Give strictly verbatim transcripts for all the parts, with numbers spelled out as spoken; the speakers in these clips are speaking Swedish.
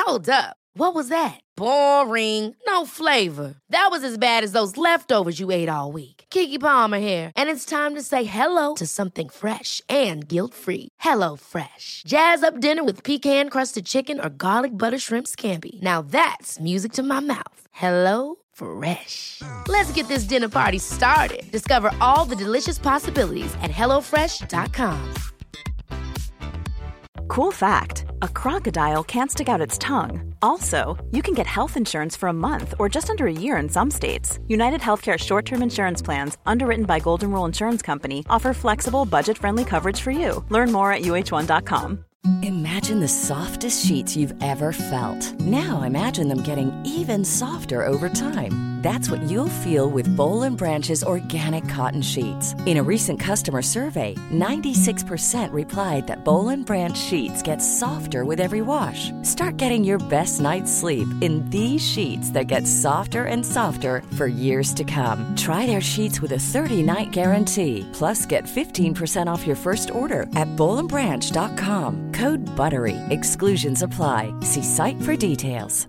Hold up. What was that? Boring. No flavor. That was as bad as those leftovers you ate all week. Keke Palmer here, and it's time to say hello to something fresh and guilt-free. Hello Fresh. Jazz up dinner with pecan-crusted chicken or garlic butter shrimp scampi. Now that's music to my mouth. Hello Fresh. Let's get this dinner party started. Discover all the delicious possibilities at hello fresh dot com. Cool fact, a crocodile can't stick out its tongue. Also, you can get health insurance for a month or just under a year in some states. United Healthcare short-term insurance plans, underwritten by Golden Rule Insurance Company, offer flexible, budget-friendly coverage for you. Learn more at U H one dot com. Imagine the softest sheets you've ever felt. Now imagine them getting even softer over time. That's what you'll feel with Boll and Branch's organic cotton sheets. In a recent customer survey, ninety-six percent replied that Boll and Branch sheets get softer with every wash. Start getting your best night's sleep in these sheets that get softer and softer for years to come. Try their sheets with a thirty-night guarantee. Plus, get fifteen percent off your first order at boll and branch dot com. Code BUTTERY. Exclusions apply. See site for details.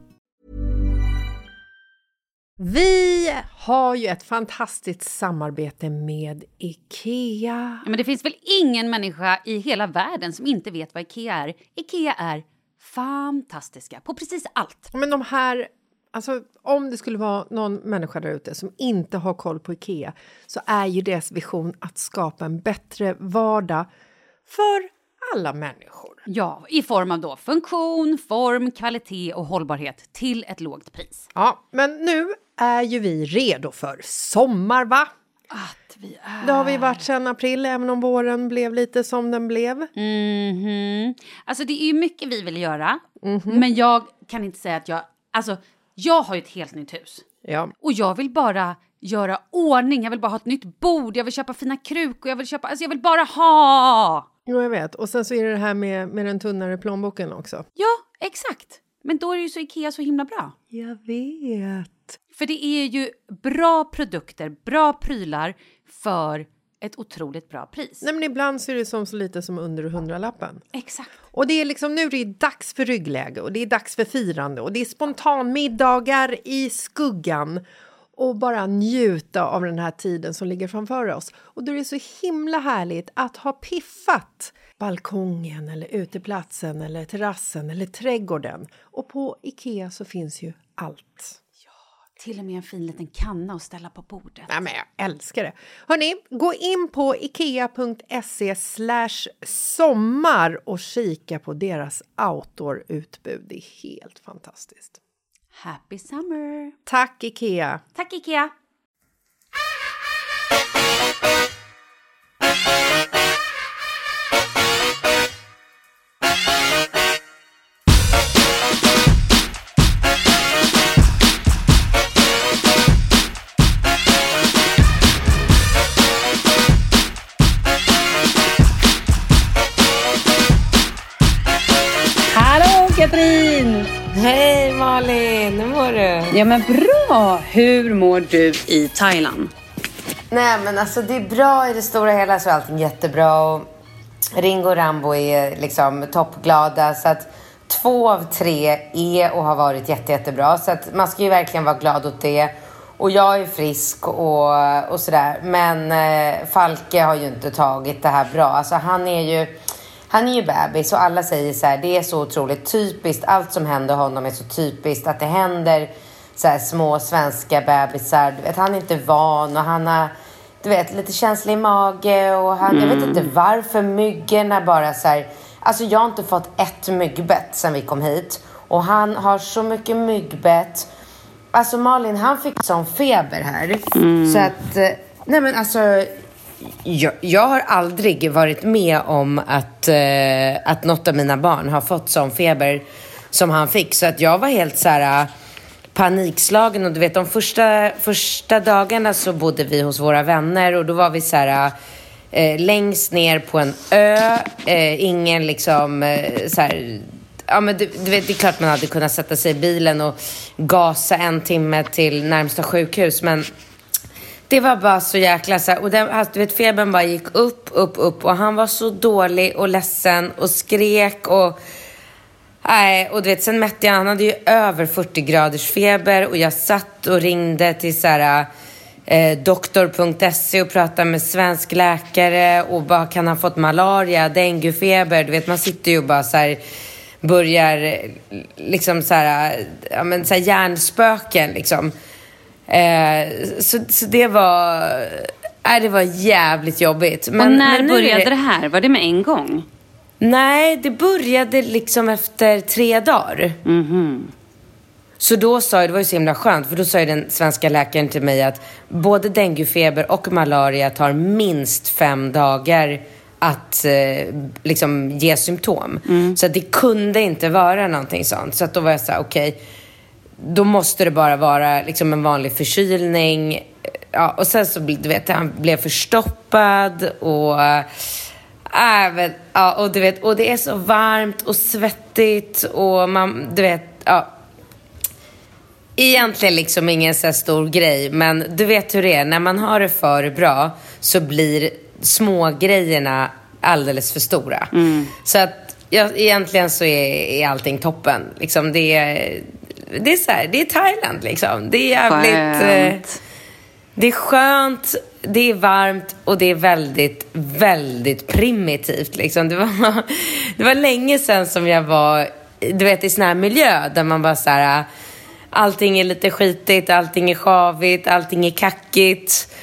Vi har ju ett fantastiskt samarbete med IKEA. Ja, men det finns väl ingen människa i hela världen som inte vet vad IKEA är. IKEA är fantastiska på precis allt. Men de här, alltså om det skulle vara någon människa där ute som inte har koll på IKEA, så är ju deras vision att skapa en bättre vardag för alla människor. Ja, i form av då funktion, form, kvalitet och hållbarhet till ett lågt pris. Ja, men nu är ju vi redo för sommar, va? Att vi är... Det har vi varit sedan april, även om våren blev lite som den blev. Mhm. Alltså det är ju mycket vi vill göra. Mm-hmm. Men jag kan inte säga att jag... Alltså, jag har ju ett helt nytt hus. Ja. Och jag vill bara göra ordning. Jag vill bara ha ett nytt bord. Jag vill köpa fina krukor. Jag vill köpa... Alltså jag vill bara ha... Jo, jag vet. Och sen så är det det här med, med den tunnare plånboken också. Ja, exakt. Men då är det ju så IKEA så himla bra. Jag vet. För det är ju bra produkter, bra prylar för ett otroligt bra pris. Nej, men ibland så är det som så lite som under hundralappen. Exakt. Och det är liksom, nu är det dags för ryggläge och det är dags för firande. Och det är spontanmiddagar i skuggan. Och bara njuta av den här tiden som ligger framför oss. Och då är det så himla härligt att ha piffat balkongen eller uteplatsen eller terrassen eller trädgården. Och på IKEA så finns ju allt. Ja, till och med en fin liten kanna att ställa på bordet. Ja, men jag älskar det. Hörrni, gå in på ikea punkt se slash sommar och kika på deras outdoor-utbud. Det är helt fantastiskt. Happy summer! Tack IKEA! Tack IKEA! Hallå Katrin! Hej Malin, hur mår du? Ja men bra, hur mår du i Thailand? Nej men alltså det är bra i det stora hela, så är allting jättebra. Och Ringo och Rambo är liksom toppglada, så att två av tre är och har varit jätte, jättebra. Så att man ska ju verkligen vara glad åt det. Och jag är frisk och, och sådär. Men eh, Falke har ju inte tagit det här bra. Alltså han är ju... Han är ju bebis och alla säger så här, det är så otroligt typiskt. Allt som händer honom är så typiskt. Att det händer så här små svenska bebisar. Du vet, han är inte van och han har, du vet, lite känslig mage. Och han, mm. jag vet inte varför myggorna bara så här. Alltså jag har inte fått ett myggbett sedan vi kom hit. Och han har så mycket myggbett. Alltså Malin, han fick sån feber här. Mm. Så att, nej men alltså... Jag, jag har aldrig varit med om att, eh, att något av mina barn har fått sån feber som han fick. Så att jag var helt så här uh, panikslagen. Och du vet, de första, första dagarna så bodde vi hos våra vänner. Och då var vi så här uh, längst ner på en ö. Uh, ingen liksom uh, så här... Ja, men du, du vet, det är klart man hade kunnat sätta sig i bilen och gasa en timme till närmsta sjukhus. Men... det var bara så jäkla så här, och den, du vet, febern bara gick upp, upp, upp och han var så dålig och ledsen och skrek och Nej, och du vet, sen mätte jag, han hade ju över fyrtio graders feber och jag satt och ringde till så här eh, doktor punkt se och pratade med svensk läkare och bara, kan han fått malaria, denguefeber? Du vet, man sitter ju och bara så här börjar liksom så här, ja men så här hjärnspöken liksom. Eh, så, så det var, nej, det var jävligt jobbigt. Men, och när men började det... det här? Var det med en gång? Nej, det började liksom efter tre dagar. Mhm. Så då sa jag, det var ju så himla skönt, för då sa ju den svenska läkaren till mig att både denguefeber och malaria tar minst fem dagar att eh, liksom ge symptom. Mm. Så att det kunde inte vara någonting sånt. Så att då var jag så här, okej, okay, då måste det bara vara liksom en vanlig förkylning. Ja, och sen så, du vet, han blev förstoppad och... Äh, vet, ja, och du vet, och det är så varmt och svettigt och man, du vet, ja. Egentligen liksom ingen så stor grej, men du vet hur det är. När man har det för bra så blir små grejerna alldeles för stora. Mm. Så att ja, egentligen så är, är allting toppen. Liksom det är, det är så här, det är Thailand liksom. Det är jävligt... Eh, det är skönt, det är varmt och det är väldigt, väldigt primitivt liksom. Det var, det var länge sedan som jag var, du vet, i sån här miljö där man bara så här, allting är lite skitigt, allting är skavigt, allting är kackigt.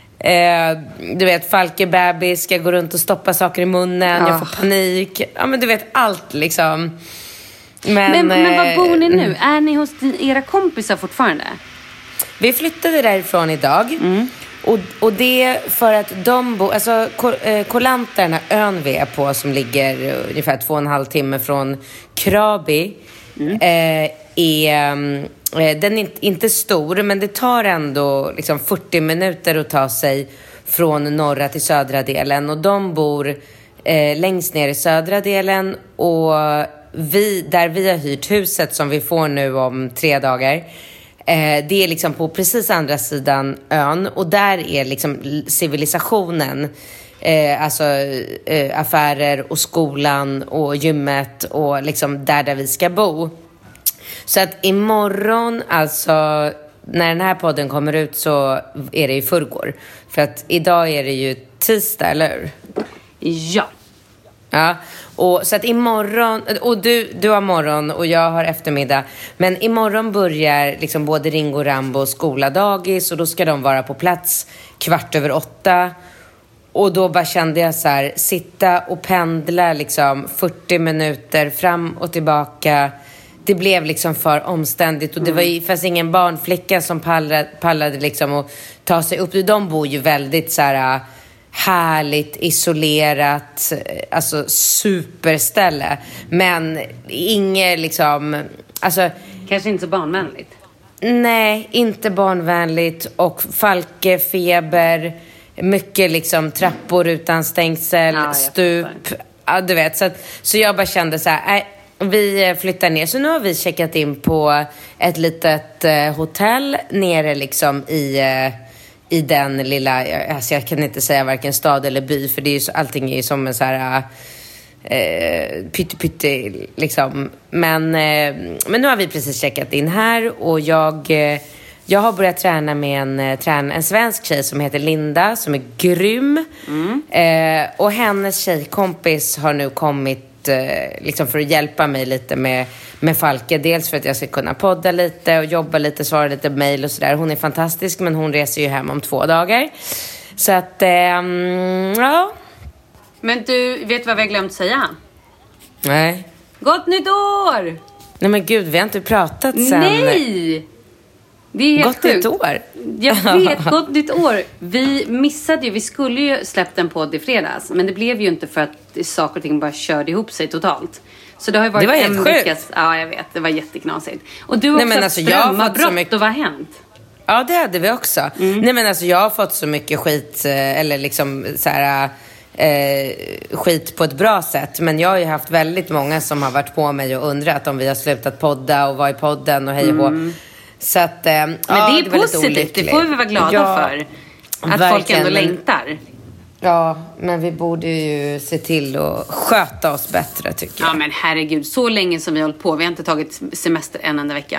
Eh, du vet, Falke bebis ska gå runt och stoppa saker i munnen, oh. Jag får panik. Ja, men du vet, allt liksom. Men, men, men var bor ni nu? Är ni hos era kompisar fortfarande? Vi flyttade därifrån idag. Mm. Och, och det för att de bor... Alltså, Koh Lanta, den här ön vi är på, som ligger ungefär två och en halv timme från Krabi, mm. eh, är... Eh, den är inte stor, men det tar ändå liksom fyrtio minuter att ta sig från norra till södra delen. Och de bor eh, längst ner i södra delen. Och vi, där vi har hyrt huset som vi får nu om tre dagar... Eh, det är liksom på precis andra sidan ön. Och där är liksom civilisationen. Eh, alltså eh, affärer och skolan och gymmet. Och liksom där där vi ska bo. Så att imorgon, alltså när den här podden kommer ut, så är det i förrgår. För att idag är det ju tisdag, eller hur? Ja. Ja, och så att imorgon, och du, du har morgon och jag har eftermiddag. Men imorgon börjar liksom både Ringo Rambo och skola dagis. Och då ska de vara på plats kvart över åtta. Och då bara kände jag så här, sitta och pendla liksom fyrtio minuter fram och tillbaka. Det blev liksom för omständigt. Och det var ju fast ingen barnflicka som pallade, pallade liksom att ta sig upp. De bor ju väldigt så här... härligt, isolerat, alltså superställe. Men inget liksom, alltså... Kanske inte så barnvänligt. Nej, inte barnvänligt. Och falkefeber, mycket liksom trappor utan stängsel, ja, stup. Ja, du vet. Så, att, så jag bara kände så här, äh, vi flyttar ner. Så nu har vi checkat in på ett litet eh, hotell nere liksom i... Eh, i den lilla, alltså jag kan inte säga varken stad eller by, för det är ju så, allting är ju som en så här eh, pytte pytte liksom. Men, eh, men nu har vi precis checkat in här och jag, eh, jag har börjat träna med en, eh, träna, en svensk tjej som heter Linda, som är grym. Mm. Eh, och hennes tjejkompis har nu kommit liksom för att hjälpa mig lite med, med Falke. Dels för att jag ska kunna podda lite och jobba lite, svara lite mejl och sådär. Hon är fantastisk, men hon reser ju hem om två dagar. Så att, ähm, ja. Men du, vet vad vi har glömt säga? Nej. Gott nytt år! Nej men gud, vi har inte pratat sen. Nej! Det är helt gott sjukt. Nytt år. Jag vet, gott nytt år. Vi missade ju, vi skulle ju släppt en podd i fredags. Men det blev ju inte för att saker och ting bara körde ihop sig totalt. Så det har ju varit det var en helt veckas... Ja, jag vet. Det var jätteknasigt. Och du har också haft alltså, strömavbrott mycket... och vad har hänt? Ja, det hade vi också. Mm. Nej men alltså jag har fått så mycket skit, eller liksom så här... Eh, skit på ett bra sätt. Men jag har ju haft väldigt många som har varit på mig och undrat om vi har slutat podda och vad i podden och hej och mm. Så att, eh, men ja, det är det positivt, det får vi vara glada ja, för. Att verkligen. Folk ändå längtar. Ja, men vi borde ju se till att sköta oss bättre, tycker jag. Ja, men herregud. Så länge som vi har hållit på. Vi har inte tagit semester en enda vecka.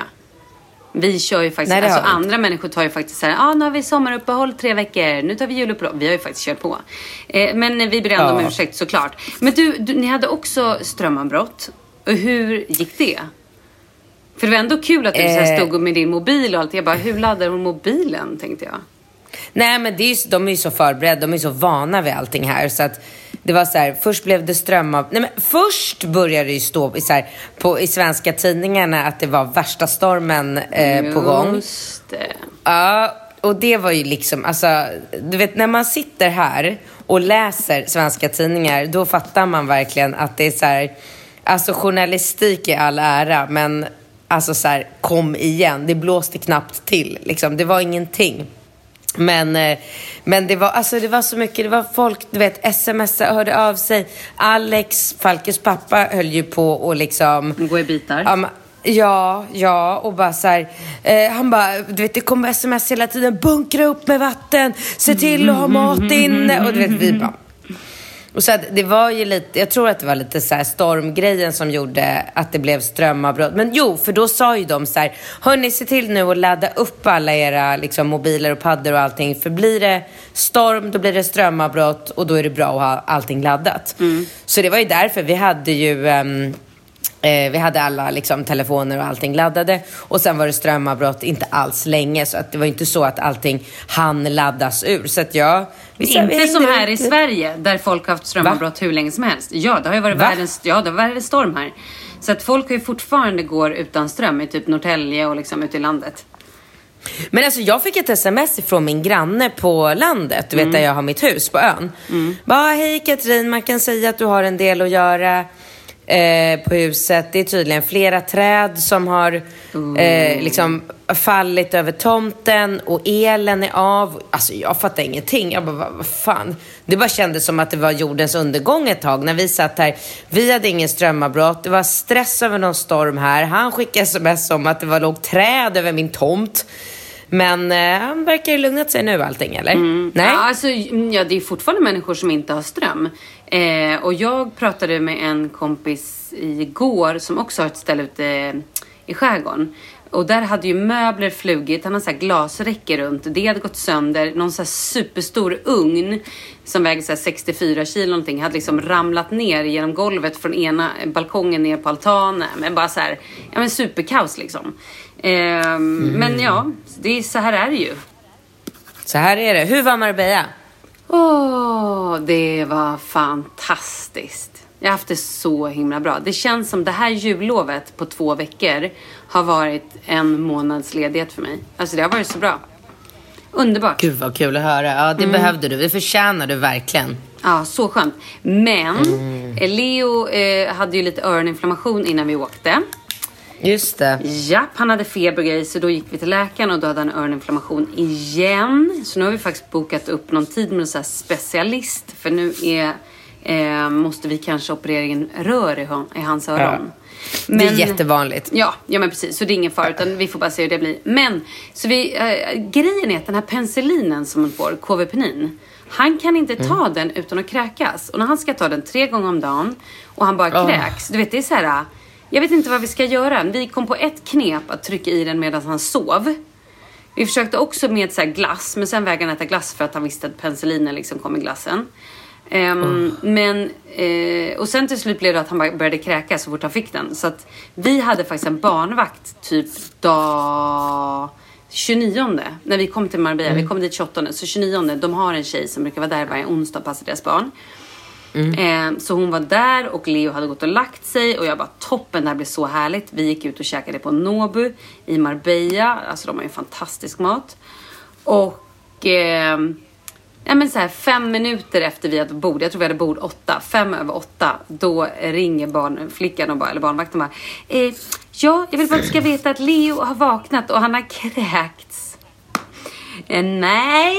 Vi kör ju faktiskt, Nej, alltså andra människor tar ju faktiskt så här, ah, nu har vi sommaruppehåll tre veckor, nu tar vi juluppehåll. Vi har ju faktiskt kört på. Eh, men vi ber ändå om ja. ursäkt, såklart. Men du, du, ni hade också strömavbrott. Och hur gick det? För det var ändå kul att du eh. så här stod med din mobil och allt. Jag bara, hur laddar hon mobilen, tänkte jag. Nej, men det är ju, de är ju så förberedda, de är ju så vana vid allting här. Så att det var så här, först blev det ström av... Nej, men först började det ju stå i, så här, på, i svenska tidningarna att det var värsta stormen eh, på gång. Just det. Ja, och det var ju liksom, alltså, du vet, när man sitter här och läser svenska tidningar, då fattar man verkligen att det är så här, alltså journalistik är all ära, men alltså så här, kom igen, det blåste knappt till, liksom, det var ingenting. Men, men det var, alltså det var så mycket, det var folk, du vet, sms hörde av sig. Alex, Falkes pappa, höll ju på och liksom... Gå i bitar. Um, ja, ja, och bara så här, eh, han bara, du vet, det kommer sms hela tiden. Bunkra upp med vatten, se till att ha mat inne. Och du vet, vi bara... Och så att det var ju lite, jag tror att det var lite så här stormgrejen som gjorde att det blev strömavbrott. Men jo, för då sa ju de så här, hörni, se till nu att ladda upp alla era liksom, mobiler och paddor och allting. För blir det storm, då blir det strömavbrott och då är det bra att ha allting laddat. Mm. Så det var ju därför vi hade ju... Um, Eh, vi hade alla liksom, telefoner och allting laddade. Och sen var det strömavbrott inte alls länge. Så att det var inte så att allting hann laddas ur. Så att jag... Vi sa, inte vi som här ut. I Sverige, där folk har haft strömavbrott Va? hur länge som helst. Ja, det har ju varit världens, ja, det har varit storm här. Så att folk har ju fortfarande går utan ström i typ Norrtälje och liksom ute i landet. Men alltså jag fick ett sms ifrån min granne på landet. Du vet, mm. där jag har mitt hus på ön. Mm. Bara, hej Katrin, man kan säga att du har en del att göra... Eh, på huset. Det är tydligen flera träd som har mm. eh, liksom fallit över tomten och elen är av. Alltså jag fattar ingenting. Jag bara, vad, vad fan? Det bara kändes som att det var jordens undergång ett tag när vi satt här. Vi hade ingen strömavbrott. Det var stress över någon storm här. Han skickade sms om att det var låg träd över min tomt. Men eh, han verkar ju lugnat sig nu allting, eller? Mm. Nej? Ja, alltså, ja, det är fortfarande människor som inte har ström. Eh, och jag pratade med en kompis igår som också har ett ställe ute eh, i skärgården. Och där hade ju möbler flugit. Han har så här glasräcke runt. Det hade gått sönder. Någon så här superstor ugn som väger så här sextiofyra kilo någonting hade liksom ramlat ner genom golvet från ena balkongen ner på altanen. Men bara så här, ja men superkaos liksom. Eh, mm. Men ja, det är, så här är det ju. Så här är det. Hur var Marbella? Åh, oh, det var fantastiskt. Jag har haft det så himla bra. Det känns som det här jullovet på två veckor har varit en månads ledighet för mig. Alltså det har varit så bra. Underbart. Gud vad kul att höra. Ja, det mm. behövde du. Det förtjänar du verkligen. Ja, så skönt. Men mm. Leo eh, hade ju lite öroninflammation innan vi åkte. Just det. Ja, han hade feber och grejer, så då gick vi till läkaren och då hade han öroninflammation igen. Så nu har vi faktiskt bokat upp någon tid med en sån här specialist. För nu är, eh, måste vi kanske operera in rör i, i hans öron. Ja. Men, det är jättevanligt. Ja, ja, men precis. Så det är ingen fara, utan vi får bara se hur det blir. Men, så vi, äh, grejen är att den här penicillinen som man får, Kovepenin, han kan inte ta mm. den utan att kräkas. Och när han ska ta den tre gånger om dagen och han bara oh. kräks, du vet, det är så här... Jag vet inte vad vi ska göra. Vi kom på ett knep att trycka i den medan han sov. Vi försökte också med så här glass, men sen vägrade han äta glass för att han visste att penicillinen liksom kom i glassen. Um, mm. Men uh, och sen till slut blev det att han började kräka så fort han fick den. Så att vi hade faktiskt en barnvakt typ dag tjugonionde när vi kom till Marbella. Mm. Vi kom dit tjugoåttonde, så tjugonionde, de har en tjej som brukar vara där varje onsdag och passa deras barn. Mm. Eh, så hon var där och Leo hade gått och lagt sig och jag bara, toppen, det här blir så härligt. Vi gick ut och käkade på Nobu i Marbella. Alltså de har ju fantastisk mat. Och eh, ja, men så här, fem minuter efter vi hade bord, jag tror vi hade bord åtta, fem över åtta, då ringer barnflickan och bara, eller barnvakten bara, eh, ja, jag vill bara att du ska veta att Leo har vaknat och han har kräkts. Eh, nej,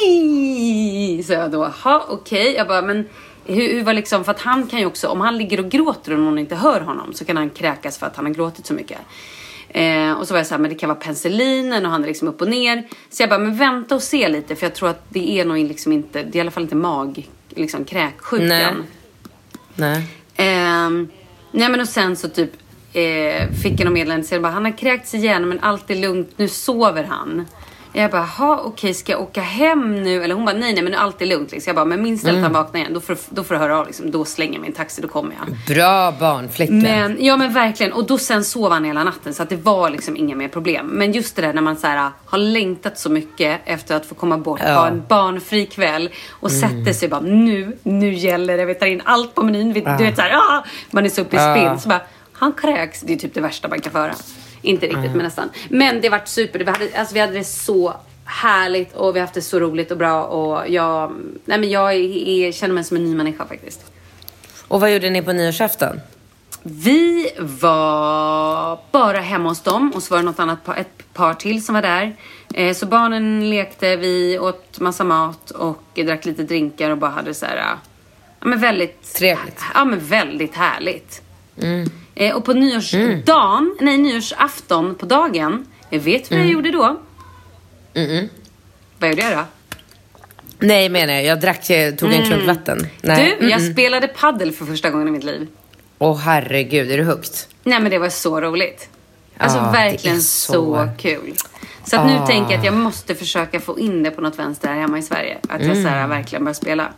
så jag då, ha, okej. Okay. Jag bara, men hur, hur var liksom, för att han kan ju också, om han ligger och gråter och någon inte hör honom, så kan han kräkas för att han har gråtit så mycket. Eh, och så var jag så här, men det kan vara penicillinen och han är liksom upp och ner. Så jag bara, men vänta och se lite, för jag tror att det är nog liksom inte, det är i alla fall inte mag, liksom kräksjukan. Nej. Nej. Eh, nej men och sen så typ eh, fick jag någon meddelande, så jag bara, han har kräkts igen men allt är lugnt, nu sover han. Jag bara, ha okej, ska jag åka hem nu? Eller hon bara, nej nej men allt är lugnt liksom. Jag bara, men minst mm. att han vaknar igen, då får, då får du höra av liksom. Då slänger jag min taxi, då kommer jag. Bra barnflicka. Men, ja men verkligen, och då sen sov han hela natten. Så att det var liksom inga mer problem. Men just det där när man så här, har längtat så mycket efter att få komma bort, ja. ha en barnfri kväll. Och mm. sätter sig bara, nu, nu gäller det. Vi tar in allt på menyn, vi, ja. du vet så här, ah! Man är så uppe i spinn, ja. så bara, han kräks, det är typ det värsta man kan föra. Inte riktigt, mm. men nästan. Men det var super. Vi hade, alltså, vi hade det så härligt och vi har haft det så roligt och bra. Och jag, nej, men jag är, är, känner mig som en ny människa faktiskt. Och vad gjorde ni på nyårsafton? Vi var bara hemma hos dem. Och så var det något annat, ett par till som var där. eh, Så barnen lekte, vi åt massa mat och drack lite drinkar och bara hade så här, ja, men väldigt trevligt. Ja men väldigt härligt. Mm. Eh, och på nyårsdagen, mm. nej nyårsafton på dagen, jag vet vad mm. jag gjorde då? Mm-mm. Vad gjorde jag då? Nej menar jag, jag drack, jag tog en mm. klunk vatten. Nej. Du, jag Mm-mm. spelade paddel för första gången i mitt liv. Åh oh, herregud, är du högt? Nej men det var så roligt. Alltså ah, verkligen så... så kul. Så att ah. nu tänker jag att jag måste försöka få in det på något vänster här hemma i Sverige. Att jag mm. så här, verkligen börjar spela.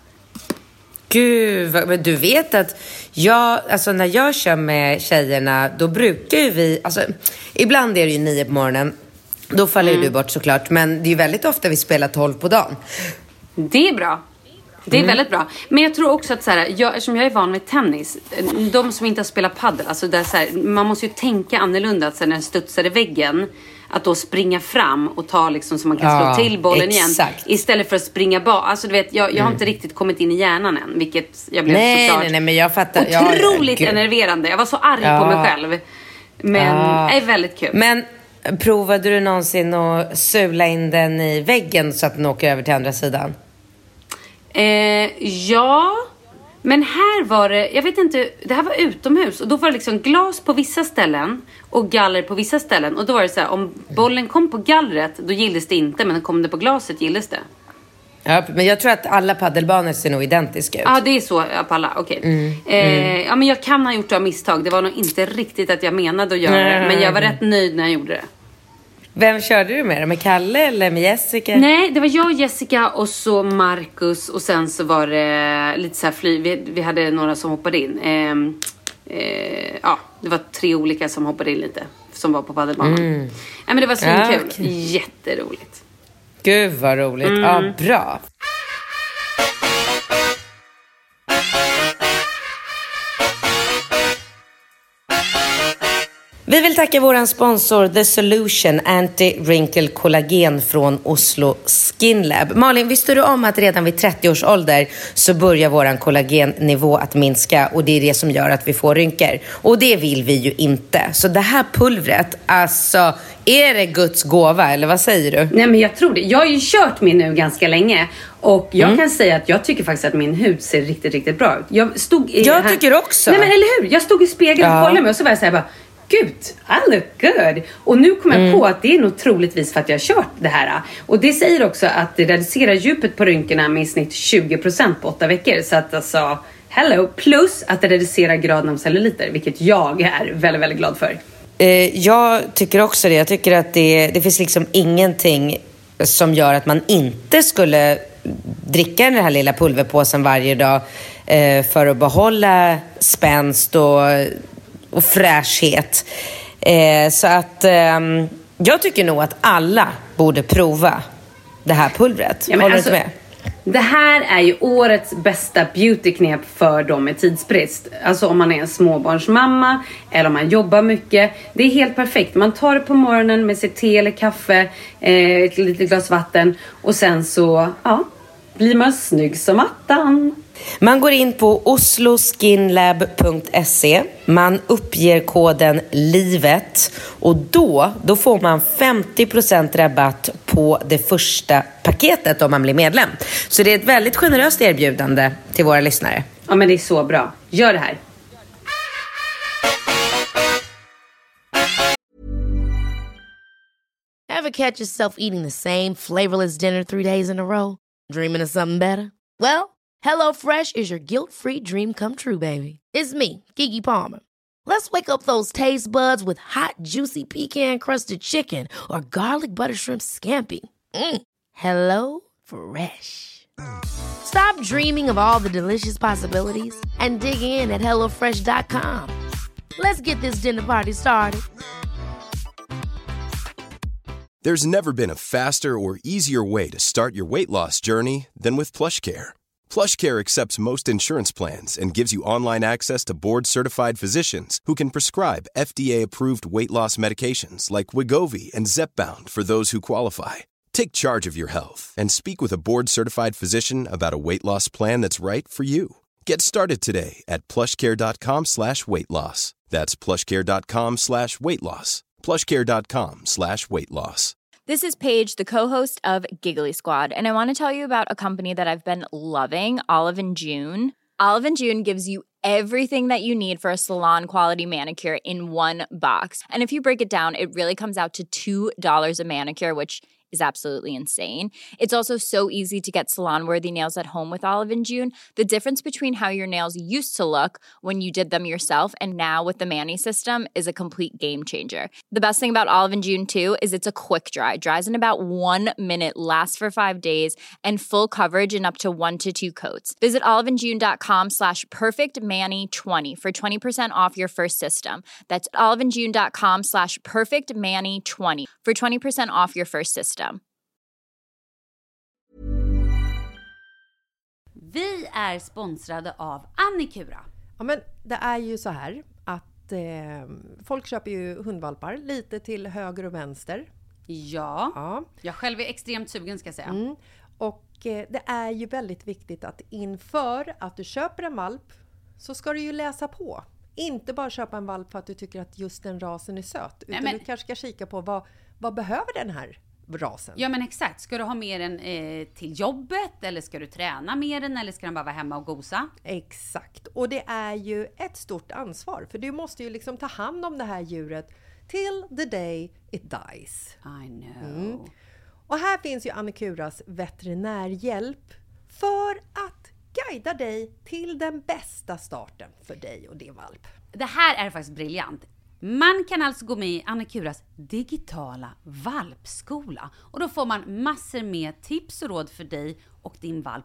Gud, men du vet att jag, alltså när jag kör med tjejerna, då brukar ju vi, alltså ibland är det ju nio på morgonen, då faller mm. ju du bort såklart, men det är ju väldigt ofta vi spelar tolv på dagen. Det är bra. Det är mm. väldigt bra. Men jag tror också att så här, jag, eftersom jag är van vid tennis, de som inte har spelat paddel, alltså där, så här, man måste ju tänka annorlunda, att så här, när den studsar i väggen, att då springa fram och ta liksom så man kan ja, slå till bollen exakt. igen. Istället för att springa bak. Alltså du vet, jag, jag mm. har inte riktigt kommit in i hjärnan än. Vilket jag blev nej, såklart nej, nej, men jag fattar. otroligt ja, enerverande. Jag var så arg ja. på mig själv. Men ja. det är väldigt kul. Men provade du någonsin att sula in den i väggen så att den åker över till andra sidan? Eh, ja... Men här var det, jag vet inte, det här var utomhus. Och då var det liksom glas på vissa ställen och galler på vissa ställen. Och då var det så här, om bollen kom på gallret, då gildes det inte. Men kom det på glaset, gildes det. Ja, men jag tror att alla paddelbanor ser nog identiska ut. Ja, det är så på alla, okej. Okay. Mm, eh, mm. Ja, men jag kan ha gjort det av misstag. Det var nog inte riktigt att jag menade att göra det. Men jag var rätt nöjd när jag gjorde det. Vem körde du med? Med Kalle eller med Jessica? Nej, det var jag och Jessica och så Marcus. Och sen så var det lite så här fly. Vi, vi hade några som hoppade in. Eh, eh, ja, det var tre olika som hoppade in lite. Som var på paddelbanan. Mm. Ja, men det var så ja, kul. Okay. Jätteroligt. Gud vad roligt. Mm. Ja, bra. Vi vill tacka våran sponsor The Solution Anti-Wrinkle Collagen från Oslo Skin Lab. Malin, visste du om att redan vid trettio års ålder så börjar våran kollagennivå att minska, och det är det som gör att vi får rynkor. Och det vill vi ju inte. Så det här pulvret, alltså, är det Guds gåva eller vad säger du? Nej, men jag tror det. Jag har ju kört min nu ganska länge. Och jag mm. kan säga att jag tycker faktiskt att min hud ser riktigt, riktigt bra ut. Jag stod i Jag här... tycker också. Nej, men eller hur? Jag stod i spegeln och kollade mig och så var jag så här bara, gud, I look good. Och nu kommer jag mm. på att det är nog troligtvis för att jag har kört det här. Och det säger också att det reducerar djupet på rynkorna med i snitt tjugo procent på åtta veckor. Så att alltså, hello. Plus att det reducerar graden av celluliter, vilket jag är väldigt, väldigt glad för. Eh, jag tycker också det. Jag tycker att det, det finns liksom ingenting som gör att man inte skulle dricka den här lilla pulverpåsen varje dag eh, för att behålla spänst och och fräschhet. Eh, så att eh, jag tycker nog att alla borde prova det här pulvret. Ja, men håller alltså, du inte med? Det här är ju årets bästa beautyknep för dem med tidsbrist. Alltså om man är en småbarnsmamma eller om man jobbar mycket. Det är helt perfekt. Man tar det på morgonen med sitt te eller kaffe, eh, ett litet glas vatten, och sen så ja, blir man snygg som attan. Man går in på osloskinlab punkt se. Man uppger koden LIVET och då, då får man femtio procent rabatt på det första paketet om man blir medlem. Så det är ett väldigt generöst erbjudande till våra lyssnare. Ja, men det är så bra. Gör det här. Ever catch yourself eating the same flavorless dinner three days in a row? Dreaming of something better? Well, HelloFresh is your guilt-free dream come true, baby. It's me, Keke Palmer. Let's wake up those taste buds with hot, juicy pecan-crusted chicken or garlic butter shrimp scampi. Mm. Hello Fresh. Stop dreaming of all the delicious possibilities and dig in at hello fresh dot com. Let's get this dinner party started. There's never been a faster or easier way to start your weight loss journey than with PlushCare. PlushCare accepts most insurance plans and gives you online access to board-certified physicians who can prescribe F D A-approved weight loss medications like Wegovy and Zepbound for those who qualify. Take charge of your health and speak with a board-certified physician about a weight loss plan that's right for you. Get started today at plushcare.com slash weight loss. That's plushcare.com slash weight loss. plushcare.com slash weight loss. This is Paige, the co-host of Giggly Squad, and I want to tell you about a company that I've been loving, Olive and June. Olive and June gives you everything that you need for a salon-quality manicure in one box. And if you break it down, it really comes out to two dollars a manicure, which is absolutely insane. It's also so easy to get salon-worthy nails at home with Olive and June. The difference between how your nails used to look when you did them yourself and now with the Mani system is a complete game changer. The best thing about Olive and June, too, is it's a quick dry. Dries in about one minute, lasts for five days, and full coverage in up to one to two coats. Visit oliveandjune.com slash perfectmani20 for twenty percent off your first system. That's oliveandjune.com slash perfectmani20 for twenty percent off your first system. Vi är sponsrade av Annikura. Ja, men det är ju så här att eh, folk köper ju hundvalpar lite till höger och vänster. Ja, ja. Jag själv är extremt sugen ska jag säga. Mm. Och eh, det är ju väldigt viktigt att inför att du köper en valp så ska du ju läsa på. Inte bara köpa en valp för att du tycker att just den rasen är söt. Utan Nej, men... du kanske ska kika på vad, vad behöver den här rasen. Ja men exakt, ska du ha med den eh, till jobbet eller ska du träna med den eller ska den bara vara hemma och gosa? Exakt, och det är ju ett stort ansvar för du måste ju liksom ta hand om det här djuret till the day it dies. I know. Mm. Och här finns ju Annikuras veterinärhjälp för att guida dig till den bästa starten för dig och din valp. Det här är faktiskt briljant. Man kan alltså gå med i Annikuras digitala valpskola. Och då får man massor med tips och råd för dig och din valp.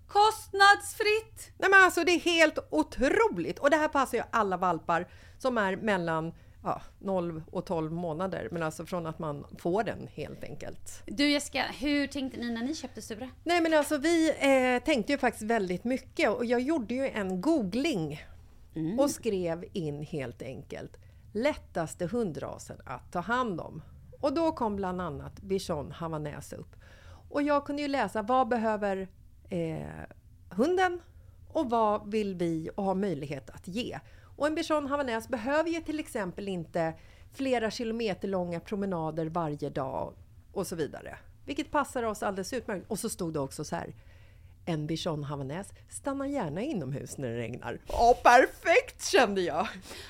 Kostnadsfritt! Nej men alltså det är helt otroligt. Och det här passar ju alla valpar som är mellan ja, noll och tolv månader. Men alltså från att man får den helt enkelt. Du Jessica, hur tänkte ni när ni köpte Sura? Nej men alltså vi eh, tänkte ju faktiskt väldigt mycket. Och jag gjorde ju en googling. Mm. Och skrev in helt enkelt lättaste hundrasen att ta hand om. Och då kom bland annat Bichon Havanäs upp. Och jag kunde ju läsa vad behöver eh, hunden och vad vill vi och ha möjlighet att ge. Och en Bichon Havanäs behöver ju till exempel inte flera kilometer långa promenader varje dag och så vidare. Vilket passar oss alldeles utmärkt. Och så stod det också så här. En Bichon Havanäs stannar gärna inomhus när det regnar. Åh, perfekt kände jag!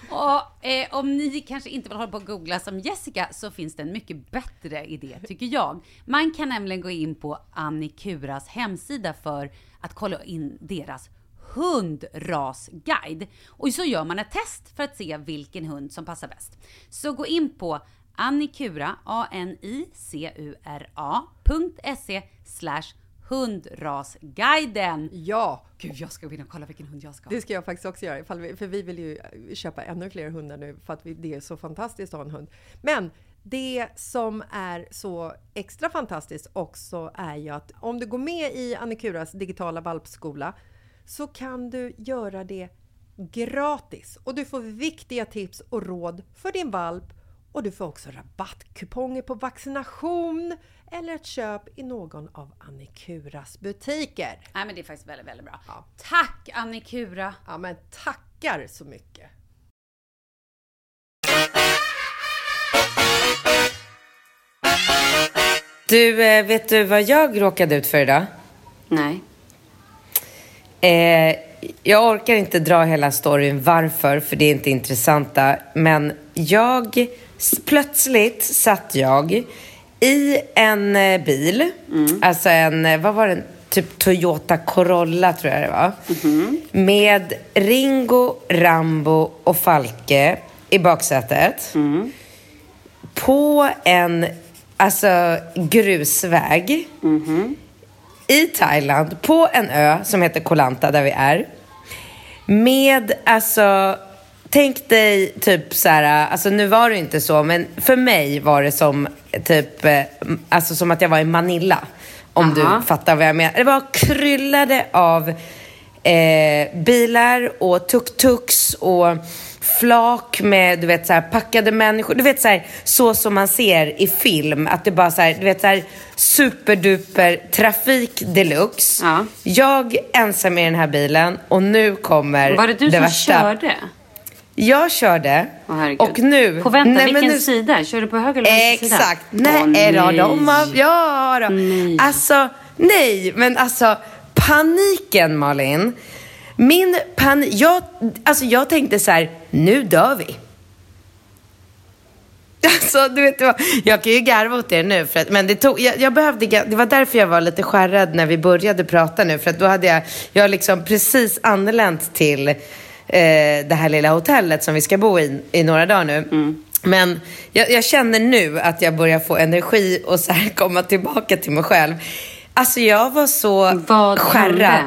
Och eh, om ni kanske inte vill hålla på att googla som Jessica så finns det en mycket bättre idé tycker jag. Man kan nämligen gå in på Annikuras hemsida för att kolla in deras hundrasguide. Och så gör man ett test för att se vilken hund som passar bäst. Så gå in på Annikura, A-N-I-C-U-R-A.se slash hundrasguiden. Ja. Gud, jag ska gå in och kolla vilken hund jag ska ha. Det ska jag faktiskt också göra. Ifall vi, för vi vill ju köpa ännu fler hundar nu. För att vi, det är så fantastiskt att ha en hund. Men det som är så extra fantastiskt också är ju att om du går med i Annikuras digitala valpskola så kan du göra det gratis. Och du får viktiga tips och råd för din valp. Och du får också rabattkuponger på vaccination eller ett köp i någon av Annikuras butiker. Nej, men det är faktiskt väldigt, väldigt bra. Ja. Tack Annikura! Ja, men tackar så mycket. Du, vet du vad jag råkade ut för idag? Nej. Eh, jag orkar inte dra hela storyn varför, för det är inte intressanta. Men jag, plötsligt satt jag i en eh, bil. Mm. Alltså en, vad var det? Typ Toyota Corolla tror jag det var. Mm. Med Ringo, Rambo och Falke i baksätet. Mm. På en alltså grusväg. Mm. I Thailand. På en ö som heter Koh Lanta där vi är. Med alltså... Tänk dig typ så här, alltså nu var det inte så, men för mig var det som typ, alltså som att jag var i Manila. Om Aha. du fattar vad jag menar. Det var kryllade av eh, bilar och tuk-tuks och flak med, du vet, så här, packade människor. Du vet så här, så som man ser i film. Att det bara så här, du vet så här, superduper trafik deluxe. Ja. Jag ensam i den här bilen och nu kommer var det du det som värsta. Körde? Jag körde. Oh, och nu... På vänta, nej, vilken nu, sida? Kör du på höger eller vänster sida? Exakt. Nej, oh, nej. Då, de har, ja då. Nej. Alltså, nej. Men alltså, paniken, Malin. Min panik... Jag, alltså, jag tänkte så här, nu dör vi. Alltså, du vet vad, jag kan ju garva åt er nu för att, men det tog, jag, jag behövde, det var därför jag var lite skärrad när vi började prata nu, för att då hade jag, jag liksom precis anlänt till eh, det här lilla hotellet som vi ska bo i i några dagar nu. Mm. Men jag, jag känner nu att jag börjar få energi och så här komma tillbaka till mig själv. Alltså jag var så skärrad.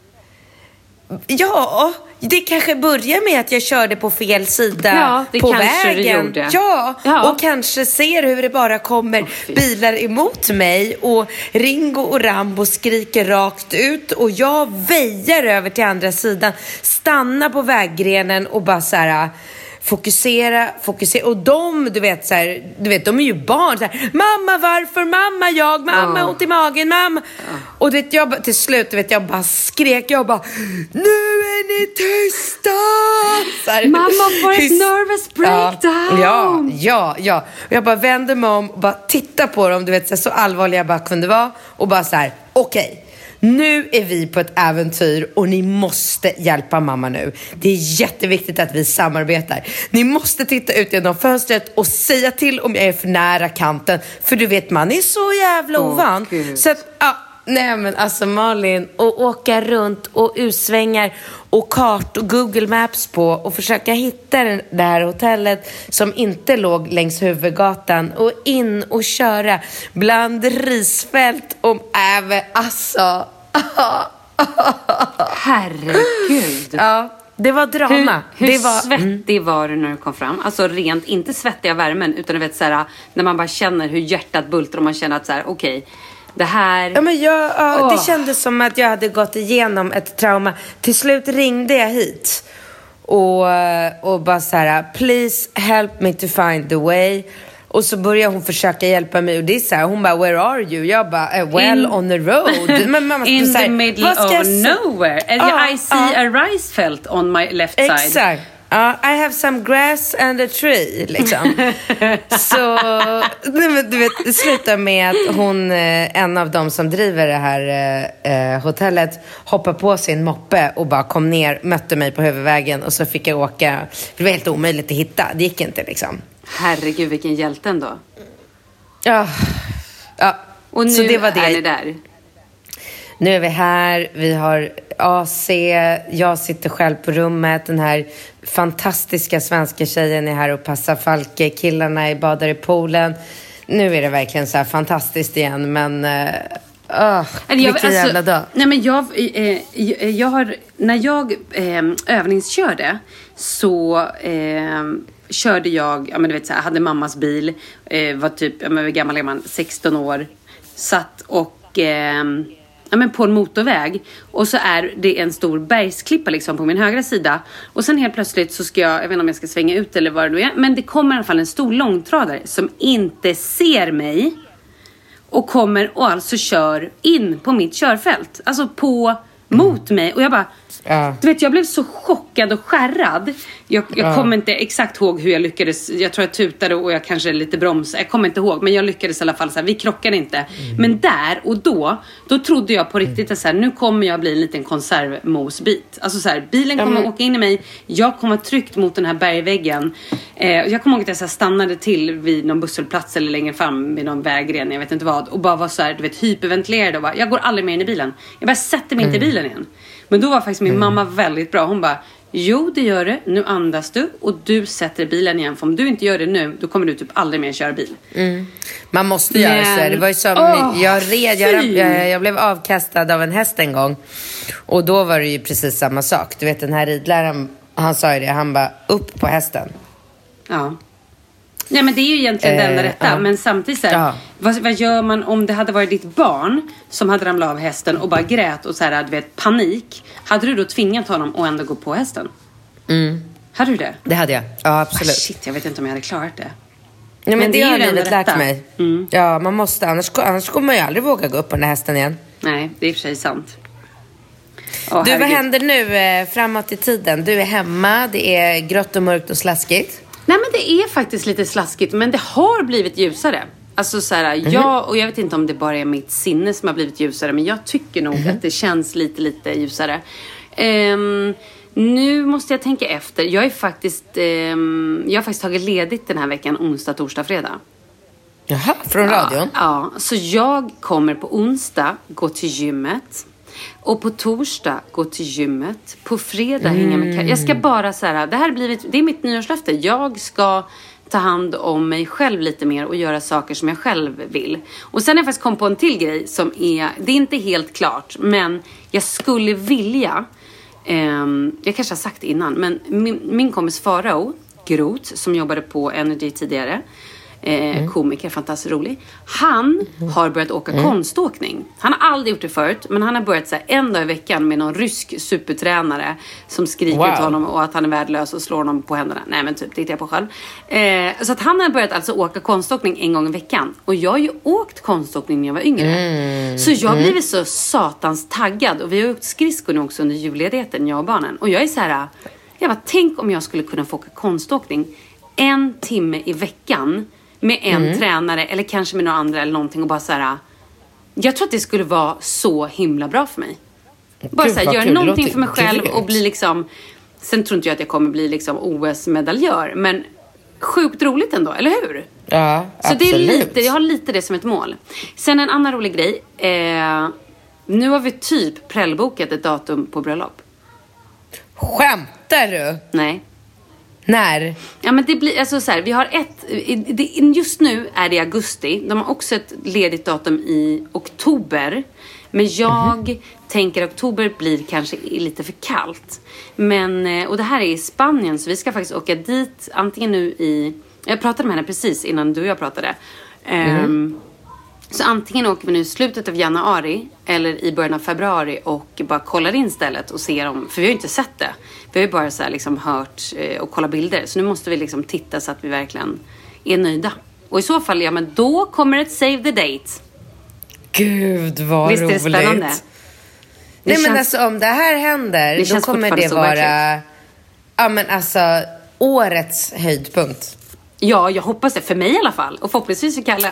Ja, det kanske börjar med att jag körde på fel sida ja, det på kanske vägen. Du gjorde. Ja, ja, och kanske ser hur det bara kommer oh, bilar emot mig och Ringo och Rambo skriker rakt ut och jag väjar över till andra sidan, stannar på väggrenen och bara så här fokusera, fokusera. Och de, du vet så här, du vet, de är ju barn så här, mamma, varför? Mamma, jag, mamma, oh. ont i magen, mamma. Oh. Och du vet, jag till slut, du vet, jag bara skrek, jag bara, nu är ni tysta! Så här, mamma får ett nervous breakdown. Ja, ja, ja. Och jag bara vände mig om och bara titta på dem, du vet, så, här, så allvarliga jag bara kunde vara. Och bara så här, okej. Okay. Nu är vi på ett äventyr och ni måste hjälpa mamma nu. Det är jätteviktigt att vi samarbetar. Ni måste titta ut genom fönstret och säga till om jag är för nära kanten. För du vet, man är så jävla ovan. Oh, så att, ja, nej men alltså Malin, och åka runt och utsvängar och kart och Google Maps på och försöka hitta det här hotellet som inte låg längs huvudgatan och in och köra bland risfält om även, alltså herregud. Ja, det var drama. Hur, hur det var, svettig mm. var du när du kom fram? Alltså rent, inte svettiga värmen, utan du vet så här, när man bara känner hur hjärtat bultar och man känner att så här, okej, okay, det här... Ja, men jag, ja, det kändes som att jag hade gått igenom ett trauma. Till slut ringde jag hit och, och bara så här, please help me to find the way. Och så börjar hon försöka hjälpa mig. Och det är så här, hon bara, where are you? Jag bara, well in, on the road. Men mamma, in så här, the middle of nowhere. Uh, I see uh, a rice felt on my left side. Exakt. Uh, I have some grass and a tree, liksom. Så, du vet, det slutar med att hon, en av dem som driver det här eh, hotellet, hoppar på sin moppe och bara kom ner, mötte mig på huvudvägen och så fick jag åka. Det var helt omöjligt att hitta, det gick inte liksom. Herregud, vilken hjälte ändå. Ja, ja. Och nu så det var det. Är ni där. Nu är vi här, vi har A C, jag sitter själv på rummet, den här fantastiska svenska tjejen är här och passar Falke, killarna är badar i poolen. Nu är det verkligen så här fantastiskt igen, men uh, vilken alltså, jävla dag. Nej, men jag, eh, jag har, när jag eh, övningskörde så eh, körde jag, ja men du vet så här, hade mammas bil, eh, var typ, ja men gammal är man, sexton år, satt och eh, ja, men på en motorväg och så är det en stor bergsklippa liksom på min högra sida och sen helt plötsligt så ska jag, jag vet inte om jag ska svänga ut eller vad det nu är, men det kommer i alla fall en stor långtradare som inte ser mig och kommer och alltså kör in på mitt körfält, alltså på mot mig och jag bara ja. Du vet, jag blev så chockad och skärrad. Jag, jag ja. kommer inte exakt ihåg hur jag lyckades. Jag tror jag tutade och jag kanske lite broms. Jag kommer inte ihåg, men jag lyckades i alla fall så här, vi krockade inte. Mm. Men där och då Då trodde jag på riktigt att så här, nu kommer jag bli en liten konservmosbit. Alltså så här, bilen kommer mm. åka in i mig. Jag kommer tryckt mot den här bergväggen Eh, jag kommer ihåg att jag så här stannade till vid någon busshållplats eller längre fram vid någon vägren, jag vet inte vad. Och bara var så här, du vet, hyperventilerad och bara, jag går aldrig mer in i bilen. Jag bara sätter mig mm. inte i bilen igen. Men då var faktiskt min mm. mamma väldigt bra. Hon bara, jo det gör det, nu andas du och du sätter bilen igen. För om du inte gör det nu, då kommer du typ aldrig mer köra bil. Mm. Man måste göra Men... så. Det var ju som, oh, jag, red, jag, jag, jag blev avkastad av en häst en gång. Och då var det ju precis samma sak. Du vet, den här ridläraren, han sa ju det, han bara, upp på hästen. Ja. Nej, men det är ju egentligen eh, det enda rätta. Ja. Men samtidigt så här, ja. vad, vad gör man om det hade varit ditt barn som hade ramlat av hästen och bara grät och så här, du vet, panik. Hade du då tvingat honom att ändå gå på hästen? Mm. Hade du det? Det hade jag, ja absolut. Ah, shit, jag vet inte om jag hade klarat det. Ja, men, men det, det har livet lärt mig. Mm. Ja, man måste, annars, annars kommer man ju aldrig våga gå upp på den här hästen igen. Nej, det är i och för sig sant. Åh, du, herregud. Vad händer nu eh, framåt i tiden? Du är hemma, det är grått och mörkt och slaskigt. Nej, men det är faktiskt lite slaskigt, men det har blivit ljusare. Alltså så här, mm-hmm. jag, och jag vet inte om det bara är mitt sinne som har blivit ljusare, men jag tycker nog mm-hmm. att det känns lite, lite ljusare. Um, nu måste jag tänka efter. Jag är faktiskt, um, jag har faktiskt tagit ledigt den här veckan, onsdag, torsdag, fredag. Jaha, från radion? Ja, ja, så jag kommer på onsdag gå till gymmet. Och på torsdag gå till gymmet. På fredag mm. hänga med. Jag ska bara så här, det här har blivit, det är mitt nyårslöfte. Jag ska ta hand om mig själv lite mer och göra saker som jag själv vill. Och sen har jag faktiskt kommit på en till grej som är, det är inte helt klart, men jag skulle vilja, eh, jag kanske har sagt det innan, men min, min kompis Farao Groth som jobbade på Energy tidigare, Eh, mm. komiker, fantastiskt rolig. Han mm. har börjat åka mm. konståkning. Han har aldrig gjort det förut, men han har börjat så här, en dag i veckan med någon rysk supertränare som skriker wow. till honom och att han är värdelös och slår honom på händerna. Nej, men typ, det är jag på själv. Eh, så att han har börjat alltså åka konståkning en gång i veckan. Och jag har ju åkt konståkning när jag var yngre. Mm. Så jag har mm. blivit så satans taggad. Och vi har åkt skridskor nu också under julledigheten, jag och barnen. Och jag är så här, jag bara, tänk om jag skulle kunna få åka konståkning en timme i veckan med en mm. tränare eller kanske med några andra eller någonting och bara så här, jag tror att det skulle vara så himla bra för mig. Bara så här, göra någonting för mig själv och bli liksom, sen tror inte jag att jag kommer bli liksom O S-medaljör, men sjukt roligt ändå, eller hur? Ja, så absolut. Det är lite, jag har lite det som ett mål. Sen en annan rolig grej, eh, nu har vi typ prellbokat ett datum på bröllop. Skämtar du? Nej. När? Ja, men det blir alltså så här, vi har ett det, just nu är det augusti. De har också ett ledigt datum i oktober. Men jag mm-hmm. tänker oktober blir kanske lite för kallt. Men och det här är i Spanien, så vi ska faktiskt åka dit antingen nu i, jag pratade med henne precis innan du och jag pratade. Mm. Um, Så antingen åker vi nu i slutet av januari eller i början av februari och bara kollar in stället och ser om, för vi har ju inte sett det. Vi har ju bara så här liksom hört och kollat bilder. Så nu måste vi liksom titta så att vi verkligen är nöjda. Och i så fall, ja, men då kommer ett save the date. Gud, vad Visst roligt. Visst är det spännande? Det Nej, känns, men alltså om det här händer, det då kommer det vara, ja men alltså, årets höjdpunkt. Ja, jag hoppas det. För mig i alla fall. Och förhoppningsvis för Kalle.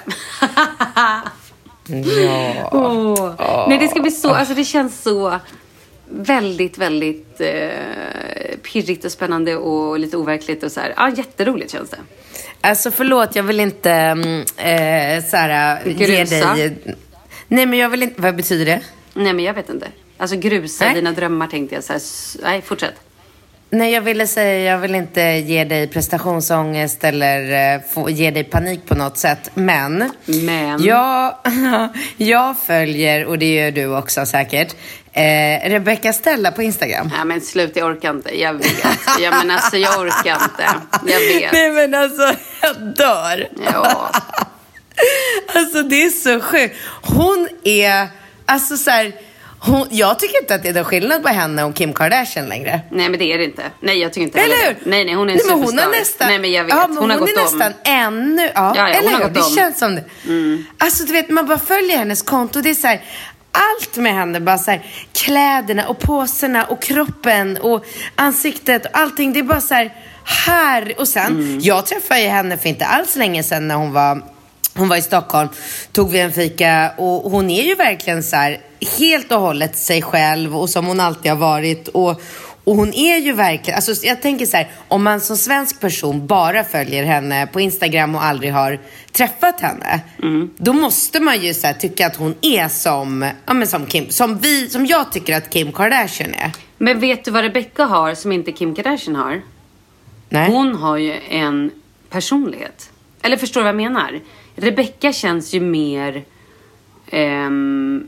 Ja. Oh. Oh. Nej, det ska bli så... Alltså det känns så väldigt, väldigt eh, pirrigt och spännande och lite overkligt och så här. Ja, jätteroligt känns det. Alltså förlåt, jag vill inte eh, så här, ge dig... Nej, men jag vill inte... Vad betyder det? Nej, men jag vet inte. Alltså grusa Nej. dina drömmar, tänkte jag. Så här, nej, fortsätt. Nej, jag ville säga, jag vill inte ge dig prestationsångest eller uh, få, ge dig panik på något sätt. Men, men. Jag, jag följer, och det gör du också säkert, eh, Rebecca Stella på Instagram. Ja, men slut, jag orkar inte, jag vet. Ja, men alltså, jag orkar inte, jag vet. Nej, men alltså, jag dör. Ja. Alltså, det är så sjukt. Hon är, alltså så här... Hon, jag tycker inte att det är någon skillnad på henne och Kim Kardashian längre. Nej, men det är det inte. Nej, jag tycker inte eller hur? Det. Nej, nej, hon är en nej, superstar. Hon är nästan, nej, men jag vet. Ja, men hon, hon har gått är om. nästan ännu. Ja, ja, ja eller hur? Det om. känns som det. Mm. Alltså, du vet, man bara följer hennes konto. Det är så här, allt med henne. Bara så här, kläderna och påserna och kroppen och ansiktet och allting. Det är bara så här, här. Och sen, mm. jag träffade henne för inte alls länge sedan när hon var... Hon var i Stockholm, tog vi en fika och hon är ju verkligen så här helt och hållet sig själv och som hon alltid har varit och, Och hon är ju verkligen, alltså jag tänker så här, om man som svensk person bara följer henne på Instagram och aldrig har träffat henne, mm. då måste man ju så här, tycka att hon är som, ja, men som Kim, som vi, som jag tycker att Kim Kardashian är. Men vet du vad Rebecca har som inte Kim Kardashian har? Nej. Hon har ju en personlighet. Eller förstår du vad jag menar? Rebecca känns ju mer ehm,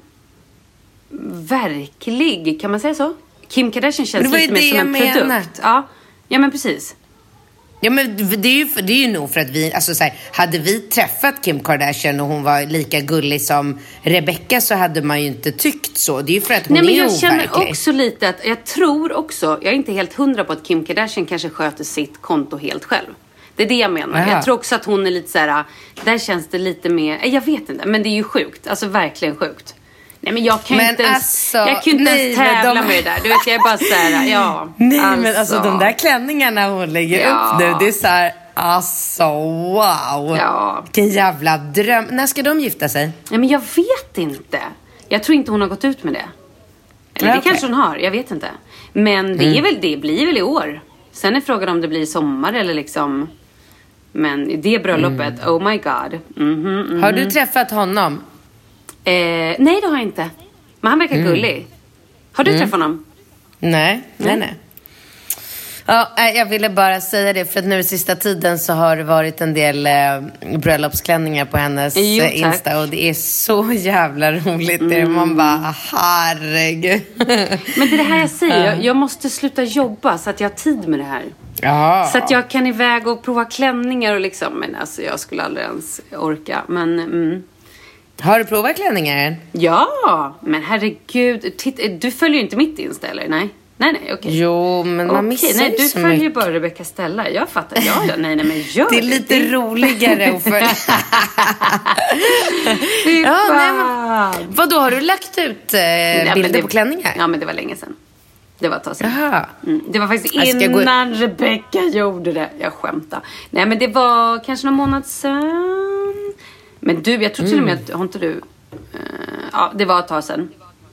verklig, kan man säga så? Kim Kardashian känns lite mer som en menar. produkt. Ja. ja, men precis. Ja, men det är ju, det är ju nog för att vi, alltså så här, hade vi träffat Kim Kardashian och hon var lika gullig som Rebecca, så hade man ju inte tyckt så. Det är ju för att hon Nej, men är jag overklig. känner också lite att, jag tror också, jag är inte helt hundra på att Kim Kardashian kanske sköter sitt konto helt själv. Det är det jag menar. Aha. Jag tror också att hon är lite så här, där känns det lite mer, jag vet inte, men det är ju sjukt, alltså verkligen sjukt. Nej, men jag kan men inte ens, alltså, jag kan inte nej, ens tävla de... med det där. Du vet, jag är bara så här, ja. Nej, alltså. men alltså de där klänningarna hon lägger ja. upp nu, det är så här, alltså wow. Ja. Vilken jävla dröm. När ska de gifta sig? Nej, men jag vet inte. Jag tror inte hon har gått ut med det. Eller ja, det okay. kanske hon har, jag vet inte. Men det, är väl, det blir väl i år. Sen är frågan om det blir sommar eller liksom. Men det bröllopet, mm. oh my god. Mm-hmm, mm-hmm. Har du träffat honom? Eh, nej, det har jag inte. Men han verkar mm. gullig. Har du mm. träffat honom? Nej, nej, nej. Ja, jag ville bara säga det, för att nu i sista tiden så har det varit en del eh, bröllopsklänningar på hennes jo, eh, Insta. Och det är så jävla roligt. Mm. Man bara, herregud. Men det är det här jag säger. Jag, jag måste sluta jobba så att jag har tid med det här. Ja. Så att jag kan iväg och prova klänningar och liksom. Men alltså jag skulle aldrig ens orka. Men mm. Har du provat klänningar än? Ja, men herregud. Titt, du följer ju inte mitt Insta, eller? Nej. Nej, nej, okej. Okay. Jo, men man okay, missar nej, ju du så följer mycket. bara Rebecca Stella. Jag fattar. Ja, ja, nej, nej, men gör det. är lite det. roligare att följa. ja, nej, men, vadå, har du lagt ut eh, nej, bilder det, på klänningar? Ja, men det var länge sedan. Det var ett tag sedan. Jaha. Mm, det var faktiskt innan gå... Rebecca gjorde det. Jag skämtar. Nej, men det var kanske någon månad sedan. Men du, jag tror till och med att, har inte du... Uh, ja, det var ett tag sedan.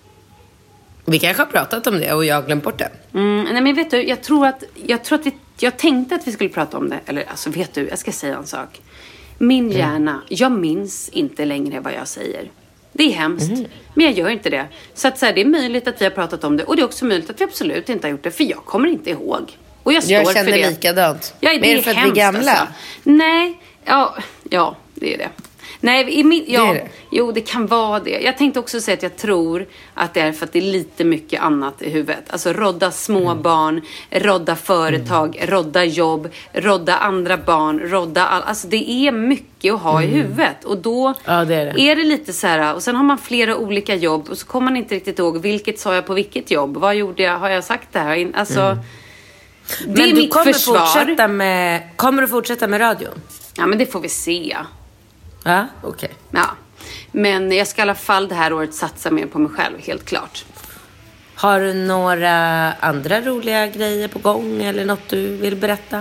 Vi kanske har pratat om det och jag har glömt bort det. Mm, nej, men vet du, jag tror att, jag tror att vi, jag tänkte att vi skulle prata om det. Eller alltså, vet du, jag ska säga en sak. Min hjärna, mm. jag minns inte längre vad jag säger. Det är hemskt, mm. men jag gör inte det. Så att så här, det är möjligt att vi har pratat om det. Och det är också möjligt att vi absolut inte har gjort det. För jag kommer inte ihåg. Och jag står jag för det. Jag känner likadant. Ja, det men är det för att vi är gamla? Alltså. Nej, ja, ja, det är det. Nej, i min, ja, det det. Jo, det kan vara det. Jag tänkte också säga att jag tror att det är för att det är lite mycket annat i huvudet. Alltså rodda små mm. barn, rodda företag, mm. rodda jobb, rodda andra barn, rodda all, alltså det är mycket att ha mm. i huvudet. Och då ja, det är, det. är det lite så här, och sen har man flera olika jobb och så kommer man inte riktigt ihåg vilket sa jag på vilket jobb. Vad gjorde jag? Har jag sagt det här? Alltså, mm. det men är du mitt kommer försvar. Fortsätta med, kommer du fortsätta med radion? Ja, men det får vi se. Ja, okej. Okay. Ja, men jag ska i alla fall det här året satsa mer på mig själv, helt klart. Har du några andra roliga grejer på gång eller något du vill berätta?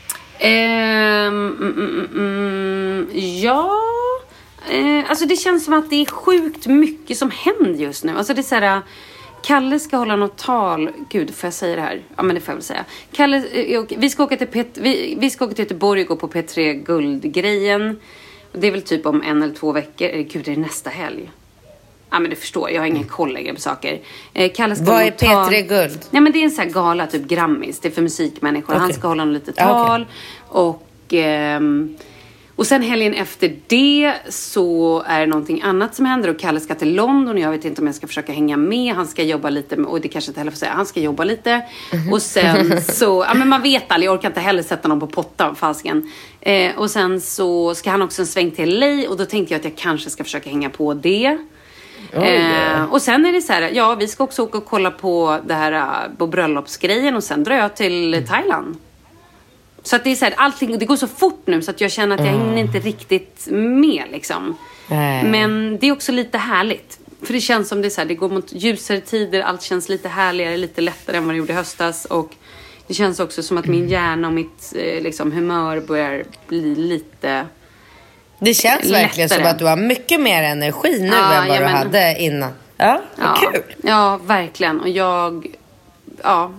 Um, mm, mm, mm, ja, uh, alltså det känns som att det är sjukt mycket som händer just nu. Alltså det är så här, Kalle ska hålla något tal. Gud, får jag säga det här? Ja, men det får jag väl säga. Kalle, vi ska åka till, Pet, vi, vi ska åka till Göteborg och gå på P tre Guld-grejen. Det är väl typ om en eller två veckor. Gud, det är nästa helg. Ja, men du förstår. Jag har ingen koll längre på saker. Eh, Kalle ska Vad är P tre ta... Guld? Nej, men det är en sån här gala, typ Grammis. Det är för musikmänniskor. Okay. Han ska hålla en litet tal. Okay. Och... Ehm... Och sen helgen efter det så är det någonting annat som händer. Och Kalle ska till London och jag vet inte om jag ska försöka hänga med. Han ska jobba lite med, och det kanske inte heller får säga. Han ska jobba lite. Mm-hmm. Och sen så, ja men man vet aldrig. Jag orkar inte heller sätta någon på pottan, falsken. Eh, och sen så ska han också en sväng till L A. Och då tänkte jag att jag kanske ska försöka hänga på det. Oh, yeah. eh, och sen är det så här, ja vi ska också åka och kolla på det här på bröllopsgrejen. Och sen drar jag till mm. Thailand. Så att det är så här, allting, det går så fort nu så att jag känner att jag mm. hinner inte riktigt med liksom. Mm. Men det är också lite härligt. För det känns som det är så här, det går mot ljusare tider, allt känns lite härligare, lite lättare än vad det gjorde i höstas. Och det känns också som att min hjärna och mitt eh, liksom, humör börjar bli lite Det känns lättare. Verkligen som att du har mycket mer energi nu ja, än vad ja, du men... hade innan. Ja, ja, kul. Ja, verkligen. Och jag, ja...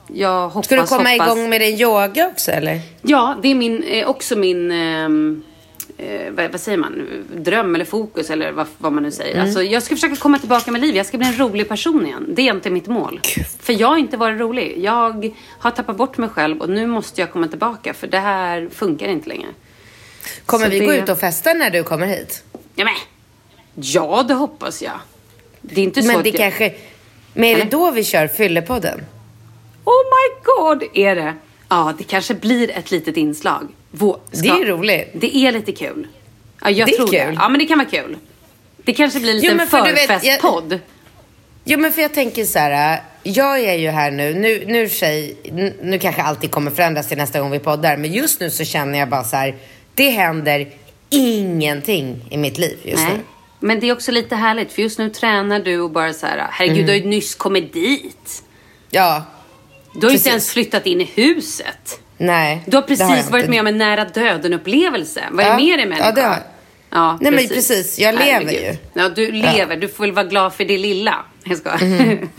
jag hoppas, Ska du komma hoppas. igång med din yoga också, eller? Ja, det är min, eh, också min... Eh, Eh, vad, vad säger man? Dröm eller fokus eller vad, vad man nu säger. Mm. Alltså, jag ska försöka komma tillbaka med liv. Jag ska bli en rolig person igen. Det är inte mitt mål. Gud. För jag har inte varit rolig. Jag har tappat bort mig själv och nu måste jag komma tillbaka. För det här funkar inte längre. Kommer Så vi det... gå ut och festa när du kommer hit? Ja, men. Ja, det hoppas jag. Det är inte så men att det jag... kanske... Men är det då vi kör Fyllepodden? Oh my god, är det? Ja, det kanske blir ett litet inslag. Vå, ska... Det är roligt. Det är lite kul. Ja, jag det är tror kul. Det. Ja, men det kan vara kul. Det kanske blir lite jo, en förfestpodd. Jag... Jo, men för jag tänker så här. Jag är ju här nu. Nu, nu, tjej, nu kanske alltid kommer förändras till nästa gång vi poddar. Men just nu så känner jag bara så här. Det händer ingenting i mitt liv just Nej. nu. Men det är också lite härligt. För just nu tränar du och bara så här. Herregud, mm. du har ju nyss kommit dit. Ja. Du har ju inte ens flyttat in i huset. Nej. Du har precis har varit med om en nära döden-upplevelse. Vad är ja. mer i människa? Ja, det har... ja, Nej, precis. men precis. Jag lever Herregud. ju. Ja, du lever. Ja. Du får väl vara glad för det lilla. Jag ska. Mm.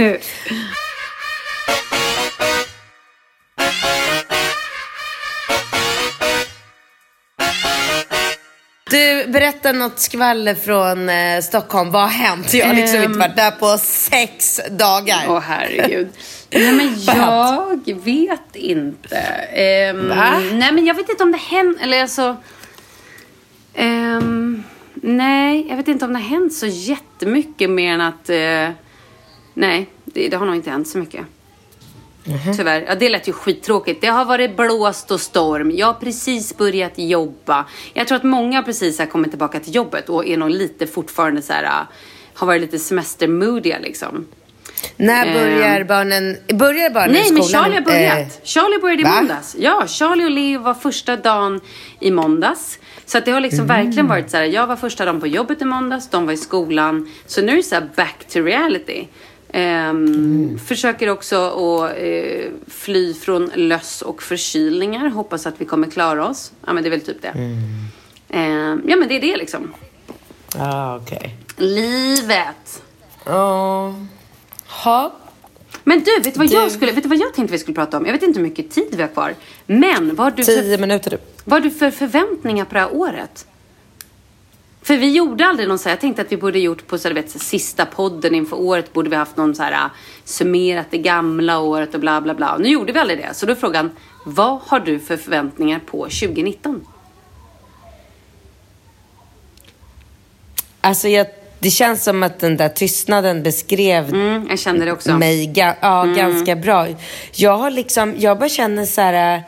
Du, berätta något skvaller från eh, Stockholm. Vad har hänt? Jag har liksom um, inte varit där på sex dagar. Åh, herregud. Nej, men jag vet inte. Um, nej, men jag vet inte om det hänt. Eller alltså... Um, nej, jag vet inte om det har hänt så jättemycket mer än att... Uh, nej, det, det har nog inte hänt så mycket. Mm-hmm. Tyvärr. Ja, det lät ju skittråkigt. Det har varit blåst och storm. Jag har precis börjat jobba. Jag tror att många precis har kommit tillbaka till jobbet och är nog lite fortfarande så här, har varit lite semestermoodiga liksom. När börjar eh. barnen börjar barnen Nej, i skolan? men Charlie har börjat. Eh. Charlie började i Va? måndags. Ja, Charlie och Leo var första dagen i måndags. Så att det har liksom mm. verkligen varit så här, jag var första dagen på jobbet i måndags, de var i skolan. Så nu är det så här back to reality. Um, mm. Försöker också att uh, fly från löss och förkylningar. Hoppas att vi kommer klara oss. Ja, men det är väl typ det. Mm. Um, ja, men det är det liksom. Ah, okej. Okay. Livet. Ja. Uh. Ha. Men du, vet du vad du... jag skulle, vet du vad jag tänkte vi skulle prata om? Jag vet inte hur mycket tid vi har kvar. Men vad har du Tio för, minuter du. Vad har du för förväntningar på det här året? För vi gjorde aldrig någon så här, jag tänkte att vi borde gjort på så, vet, sista podden inför året borde vi haft någon så här summerat det gamla året och bla bla bla. Och nu gjorde vi aldrig det. Så då är frågan, vad har du för förväntningar på tjugo nitton? Alltså jag, det känns som att den där tystnaden beskrev mm, jag kände det också. mig ga, ja, mm. ganska bra. Jag har liksom, jag bara känner så här,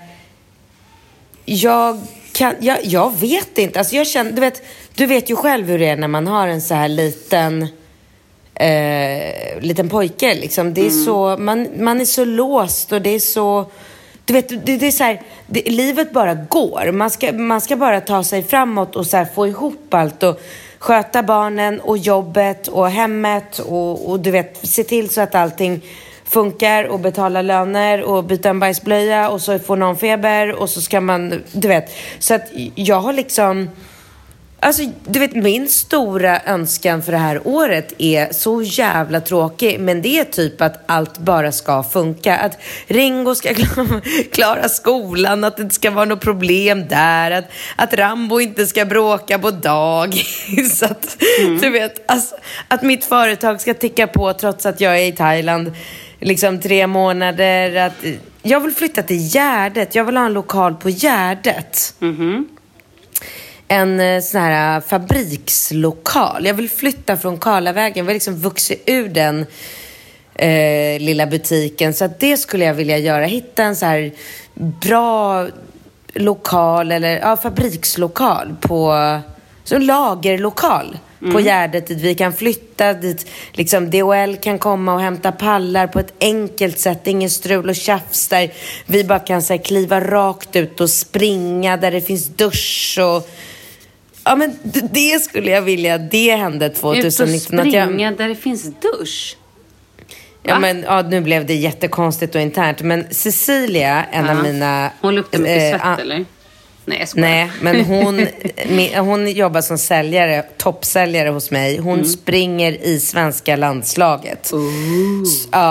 jag kan, jag, jag vet inte. Alltså jag känner, du vet, du vet ju själv hur det är när man har en så här liten eh, liten pojke liksom. Det är mm. så, man, man är så låst och det är så, du vet, det, det är så här, det, livet bara går. Man ska, man ska bara ta sig framåt och så här få ihop allt och sköta barnen och jobbet och hemmet och, och du vet, se till så att allting funkar och betala löner och byta en bajsblöja och så får någon feber och så ska man, du vet. Så att jag har liksom, alltså du vet, min stora önskan för det här året är så jävla tråkig, men det är typ att allt bara ska funka. Att Ringo ska klara skolan, att det inte ska vara något problem där, att, att Rambo inte ska bråka på dag. Så att, mm. du vet, alltså, att mitt företag ska ticka på trots att jag är i Thailand liksom tre månader. Att jag vill flytta till Gärdet. Jag vill ha en lokal på Gärdet. Mhm. En sån här fabrikslokal. Jag vill flytta från Karlavägen. Jag vill liksom vuxa ur den eh, lilla butiken. Så att det skulle jag vilja göra. Hitta en så här bra lokal eller ja, fabrikslokal på så en lagerlokal mm. på Gärdet dit vi kan flytta, dit liksom D H L kan komma och hämta pallar på ett enkelt sätt, ingen strul och tjafs, där vi bara kan så här, kliva rakt ut och springa, där det finns dusch och ja, men det skulle jag vilja det hände tjugonitton. Ut och springa jag... där det finns dusch? Ja, men ja, nu blev det jättekonstigt och internt. Men Cecilia, en ja. av mina... Hon luktar mycket svett, äh, eller? Nej, jag skojar. Nej, men hon, hon jobbar som säljare, toppsäljare hos mig. Hon mm. springer i svenska landslaget. Ooh. Så, ja,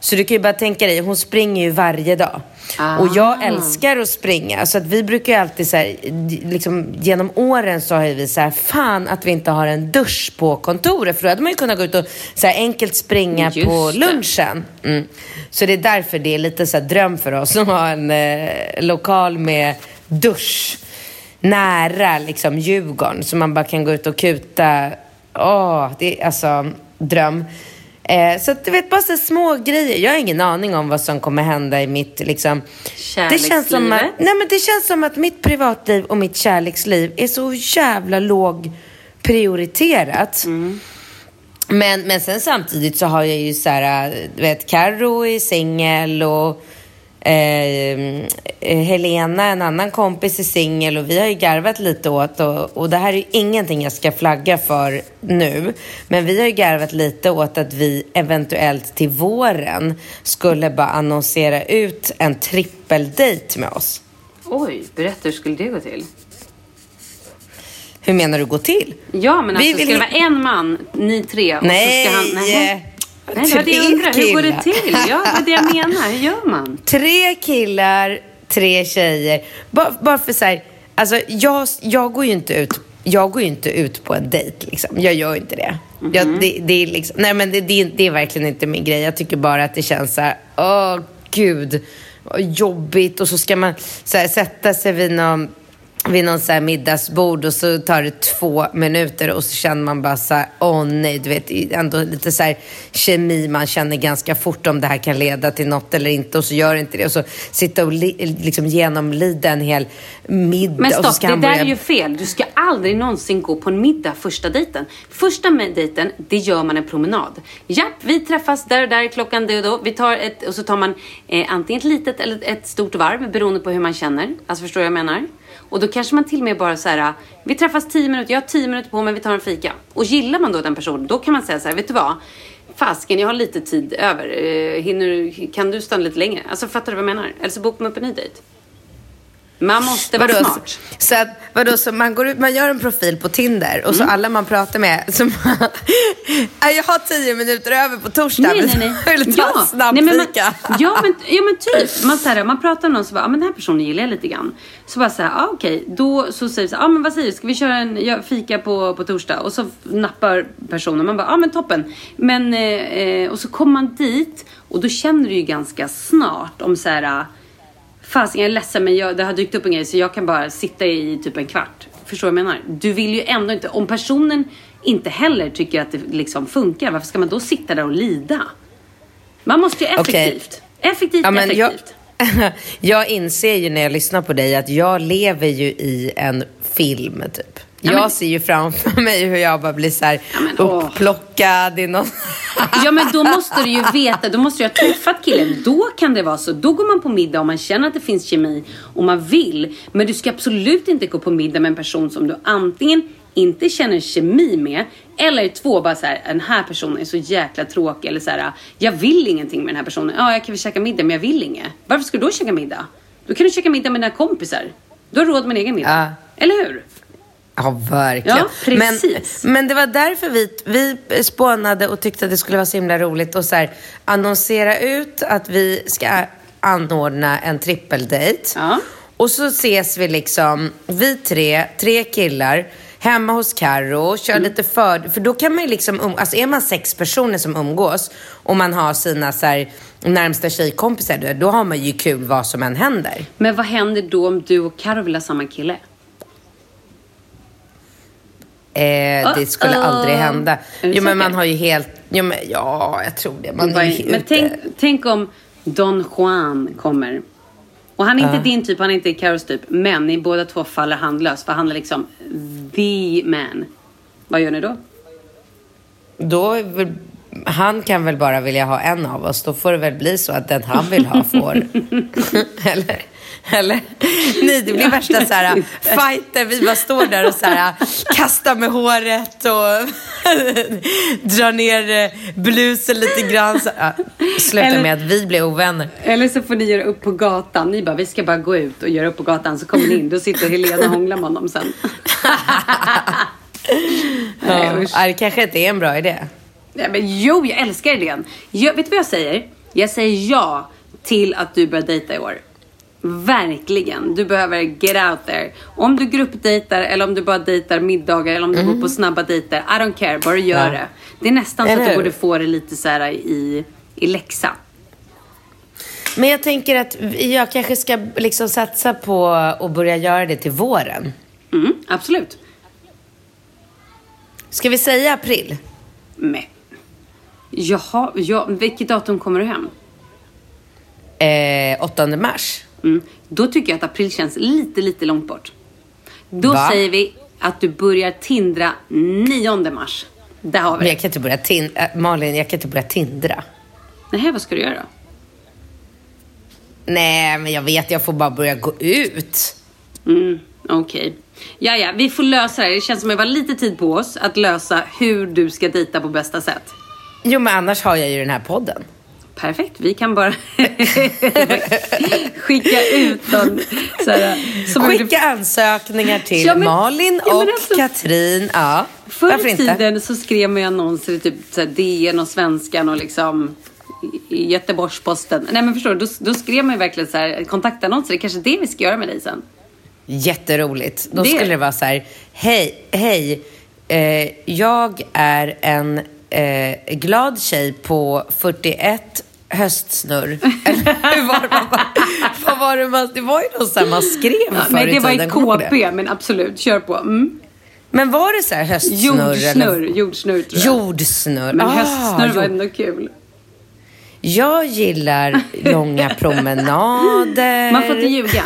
Så du kan ju bara tänka dig, hon springer ju varje dag. Ah. Och jag älskar att springa. Så att vi brukar ju alltid så här, liksom, genom åren så har vi så här, fan att vi inte har en dusch på kontoret. För då hade man ju kunnat gå ut och så här, enkelt springa Just på lunchen. Mm. Så det är därför det är lite så här dröm för oss att ha en eh, lokal med dusch nära liksom Djurgården. Så man bara kan gå ut och kuta. Åh, det är alltså dröm. Eh, så att du vet, bara så små grejer. Jag har ingen aning om vad som kommer hända i mitt liksom. Det känns som att, nej men det känns som att mitt privatliv och mitt kärleksliv är så jävla låg prioriterat. Mm. Men, men sen samtidigt så har jag ju så här, du vet, Karo är singel och eh, Helena, en annan kompis, är singel och vi har ju garvat lite åt och, och det här är ju ingenting jag ska flagga för nu, men vi har ju garvat lite åt att vi eventuellt till våren skulle bara annonsera ut en trippeldejt med oss. Oj, berätta, hur skulle det gå till? Hur menar du gå till? Ja, men alltså, ska det vara en man, ni tre, och nej, så ska han... Nej, Nej, det var det jag undrar. Hur går det till? Ja, det är det jag menar. Hur gör man? Tre killar, tre tjejer. Bara, bara för så här, alltså jag, jag går ju inte ut jag går ju inte ut på en dejt liksom. Jag gör inte det. Mm-hmm. jag, det, det är liksom, nej men det, det, det är verkligen inte min grej. Jag tycker bara att det känns så här, åh gud, vad jobbigt. Och så ska man så här, sätta sig vid någon vid någon så här middagsbord och så tar det två minuter och så känner man bara så här, åh nej, du vet, ändå lite så här kemi, man känner ganska fort om det här kan leda till något eller inte, och så gör det inte det, och så sitta och li, liksom genomlida en hel middag. Men stopp, och så ska det han där börja... är ju fel. Du ska aldrig någonsin gå på en middag första dejten. Första dejten, det gör man en promenad. Ja, vi träffas där och där klockan det och då. Vi tar ett, och så tar man eh, antingen ett litet eller ett stort varv beroende på hur man känner. Alltså förstår jag vad jag menar? Och då kanske man till och med bara så här, vi träffas tio minuter, jag har tio minuter på mig, vi tar en fika. Och gillar man då den personen, då kan man säga så här, vet du vad? Fasken, jag har lite tid över. Hinner, kan du stanna lite längre? Alltså fattar du vad jag menar? Eller så bokar man upp en ny dejt. Man måste vara vadå, smart. Så att, vadå, så man går ut, man gör en profil på Tinder och mm. så alla man pratar med så man, jag har tio minuter över på torsdag. Nej, nej, nej. Jag vill ta ja. snabb nej, men man, fika. ja, men, ja, men typ. Man, så här, man pratar med någon så bara, ah, men den här personen gillar jag lite grann. Så bara så här, ah, okej. Okay. Då så säger så här, ah, men vad säger du? Ska vi köra en ja, fika på, på torsdag? Och så nappar personen. Man bara, ja ah, men toppen. Men, eh, och så kommer man dit och då känner du ju ganska snart om så här... Fast jag är ledsen, men jag, det har dykt upp en grej så jag kan bara sitta i typ en kvart. Förstår du vad jag menar? Du vill ju ändå inte, om personen inte heller tycker att det liksom funkar, varför ska man då sitta där och lida? Man måste ju effektivt. Okay. Effektivt, ja, men effektivt. Jag, jag inser ju när jag lyssnar på dig att jag lever ju i en film typ. Ja, jag men... ser ju framför mig hur jag bara blir så här ja, men, upplockad i någon... Ja, men då måste du ju veta, då måste du ha träffat killen. Då kan det vara så, då går man på middag om man känner att det finns kemi och man vill. Men du ska absolut inte gå på middag med en person som du antingen inte känner kemi med, eller två, bara så här, den här personen är så jäkla tråkig, eller så här, jag vill ingenting med den här personen. Ja, jag kan väl käka middag, men jag vill inget. Varför ska du då käka middag? Då kan du käka middag med dina kompisar. Du har råd med en egen middag. Ja. Eller hur? Ja, verkligen. Ja, precis. Men, men det var därför vi, vi spånade och tyckte att det skulle vara så himla roligt och så här, annonsera ut att vi ska anordna en trippeldejt. Ja. Och så ses vi liksom, vi tre, tre killar, hemma hos Karo, kör mm. lite för... För då kan man ju liksom, um, alltså är man sex personer som umgås och man har sina så här, närmsta tjejkompisar, då har man ju kul vad som än händer. Men vad händer då om du och Karo vill ha samma kille? Eh, det skulle uh, aldrig hända. Jo, men man har ju helt... Jo, men, ja, jag tror det. Man är ju men tänk, tänk om Don Juan kommer. Och han är inte uh. din typ, han är inte Karos typ. Men ni båda två faller handlös. För han är liksom the man. Vad gör ni då? Då... Han kan väl bara vilja ha en av oss. Då får det väl bli så att den han vill ha får. Eller... Eller? Nej, det blir värsta så här fighter. Vi bara står där och så här kastar med håret och drar ner blusen lite grann. Så, ja, sluta eller, med att vi blir ovänner. Eller så får ni göra upp på gatan. Ni bara, vi ska bara gå ut och göra upp på gatan. Så kommer ni in, då sitter Helena och hånglar med honom sen. Ja, det kanske inte är en bra idé. Nej, men jo, jag älskar idén. Jag, vet du vad jag säger? Jag säger ja till att du börjar dejta i år. Verkligen. Du behöver get out there. Om du gruppdejtar eller om du bara dejtar middagar eller om du mm. går på snabba dejter. I don't care, bara gör ja. det. Det är nästan är så att du borde få det lite så här i, i läxa. Men jag tänker att jag kanske ska liksom satsa på att börja göra det till våren. Mm, absolut. Ska vi säga april? Men. Jaha, ja, vilket datum kommer du hem? Eh, åttonde mars. Mm. Då tycker jag att april känns lite, lite långt bort. Då Va? säger vi att du börjar tindra nionde mars. Där har vi Men jag kan inte börja tindra. Äh, Malin, jag kan inte börja tindra. Nej, vad ska du göra då? Nej, men jag vet, jag får bara börja gå ut. Mm, okej. Okay. Ja, ja, vi får lösa det. Det känns som att vi har lite tid på oss att lösa hur du ska dejta på bästa sätt. Jo, men annars har jag ju den här podden. Perfekt, vi kan bara skicka ut dem. Skicka du... ansökningar till ja, men, Malin och ja, alltså, Katrin. Ja, förr i tiden så skrev man annonser i typ så här, D N och Svenskan och liksom i Göteborgs-Posten. Nej, men förstår du, då, då skrev man ju verkligen så här kontaktannonser. Det är kanske det vi ska göra med dig sen. Jätteroligt. Då det... skulle det vara så här: hej, hej, eh, jag är en eh, glad tjej på fyrtioett höstsnurr. Eller hur var det man, vad var det man, det var ju något så man skrev ja, förr nej, det i var tiden. i K P, men absolut, kör på. Mm. Men var det så här höstsnurr? Jordsnurr, eller? jordsnurr tror jag. Jordsnurr. Men ah, höstsnurr var jord... ändå kul. Jag gillar långa promenader. Man får inte ljuga.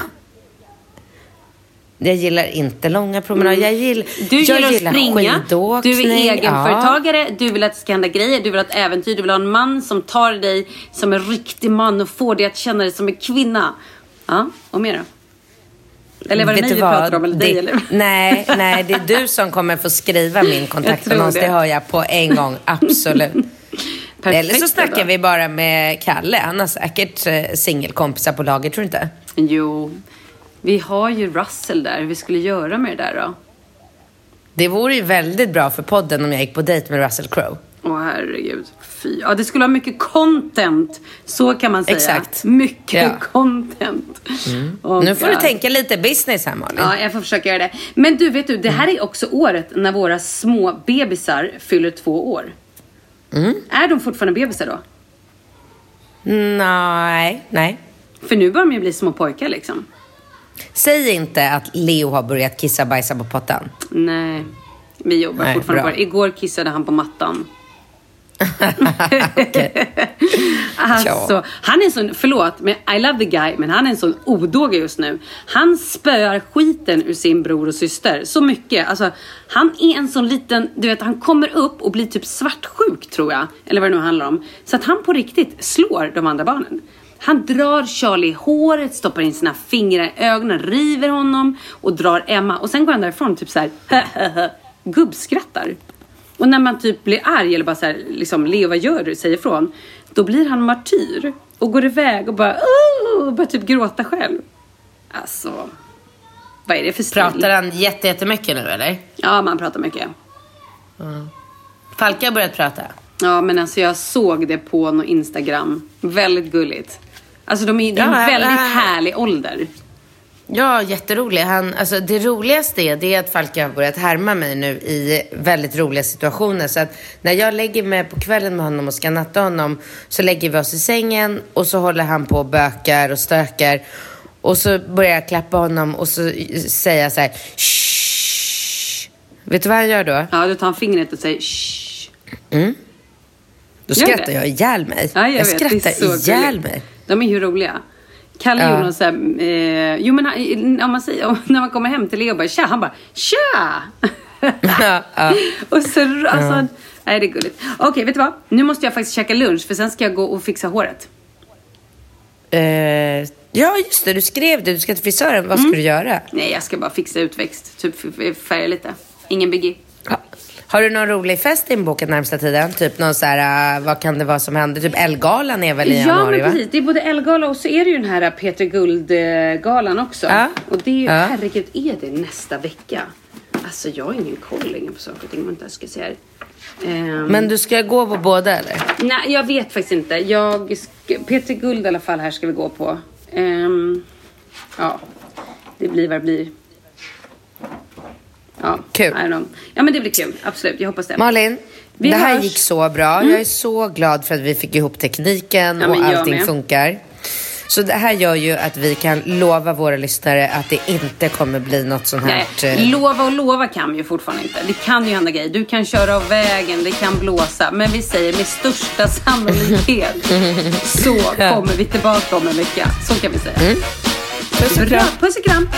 Jag gillar inte långa promenader. Jag gillar, du gillar jag att gillar springa. skidåkning. Du är egenföretagare. Ja. Du vill att det ska hända grejer. Du vill ha ett äventyr. Du vill ha en man som tar dig som en riktig man och får dig att känna dig som en kvinna. Ja, och mer då? Eller var det mig vi pratar om? Eller det, dig, eller? Nej, nej, det är du som kommer få skriva min kontaktannons. Det. det hör jag på en gång, absolut. Perfekt, eller så snackar då. vi bara med Kalle. Han har säkert eh, singelkompisar på lager, tror du inte? Jo, vi har ju Russell där. Vi skulle göra med det där då. Det vore ju väldigt bra för podden om jag gick på dejt med Russell Crowe. Åh herregud, fy. Ja, det skulle ha mycket content. Så kan man säga. Exakt. Mycket ja. content. Mm. Oh, nu får God. du tänka lite business här, Malin. Ja, jag får försöka göra det. Men du, vet du, det här är också året när våra små bebisar fyller två år. Mm. Är de fortfarande bebisar då? Nej, nej. För nu börjar de ju bli små pojkar liksom. Säg inte att Leo har börjat kissa och bajsa på pottan. Nej, vi jobbar nej, fortfarande bra. på det. Igår kissade han på mattan. Alltså, ja. Han är en sån, förlåt, men I love the guy, men han är en sån odåga just nu. Han spöar skiten ur sin bror och syster så mycket. Alltså, han är en sån liten, du vet, han kommer upp och blir typ svartsjuk, tror jag, eller vad det nu handlar om. Så att han på riktigt slår de andra barnen. Han drar Charlie i håret, stoppar in sina fingrar i ögonen, river honom och drar Emma. Och sen går han därifrån typ så här gubbskrattar. Och när man typ blir arg eller bara så här, liksom, Leo, vad gör du? Säger ifrån. Då blir han martyr och går iväg och bara, oh! och bara typ gråta själv. Alltså, vad är det för stil? Pratar han jätte, jättemycket nu, eller? Ja, man pratar mycket. Mm. Falka har börjat prata. Ja, men alltså jag såg det på någon Instagram. Väldigt gulligt. Alltså de är, det är en ja, väldigt ja. härlig ålder. Ja, jätterolig. Han, alltså, det roligaste är, det är att Falka har börjat härma mig nu i väldigt roliga situationer. Så att när jag lägger mig på kvällen med honom och ska natta honom, så lägger vi oss i sängen och så håller han på och bökar och stökar. Och så börjar jag klappa honom och så säger jag så här, shh. Vet du vad han gör då? Ja, du tar han fingret och säger shh. Mm. Då skrattar jag ihjäl mig. Ja, jag, jag vet. skrattar ihjäl mig. De är ju roliga. Kalle ja. Jonas såhär, eh, jo men om man säger, när man kommer hem till Leo bara, tja, han bara, tja! ja, ja. Och så, alltså, ja. nej det är gulligt. Okej, okay, vet du vad? Nu måste jag faktiskt käka lunch, för sen ska jag gå och fixa håret. Eh, ja, just det, du skrev det, du ska till frisören, vad ska mm. du göra? Nej, jag ska bara fixa utväxt, typ färga lite, ingen biggie. Ja. Har du någon rolig fest inbokat närmsta tiden? Typ någon så här, uh, vad kan det vara som händer? Typ Elgalan är väl i januari, va? Ja, men precis. Det är både Elgala och så är det ju den här Peter Guld-galan också. Ja. Och det är ju, ja. herregud, är det nästa vecka? Alltså jag har ingen koll längre på saker och ting, om inte jag ska säga det. Um, Men du ska gå på båda eller? Nej, jag vet faktiskt inte. Jag ska, Peter Guld i alla fall här ska vi gå på. Um, ja, det blir vad det blir. Ja, kul. Ja, men det blir kul. Absolut, jag hoppas det. Malin, vi det här hörs. gick så bra. Mm. Jag är så glad för att vi fick ihop tekniken ja, och allting funkar. Så det här gör ju att vi kan lova våra lyssnare att det inte kommer bli något sånt här. Nej, lova och lova kan vi ju fortfarande inte. Det kan ju hända grejer. Du kan köra av vägen, det kan blåsa. Men vi säger med största sannolikhet så kommer vi tillbaka om en vecka. Så kan vi säga. Mm. Puss och kram. Puss och kram.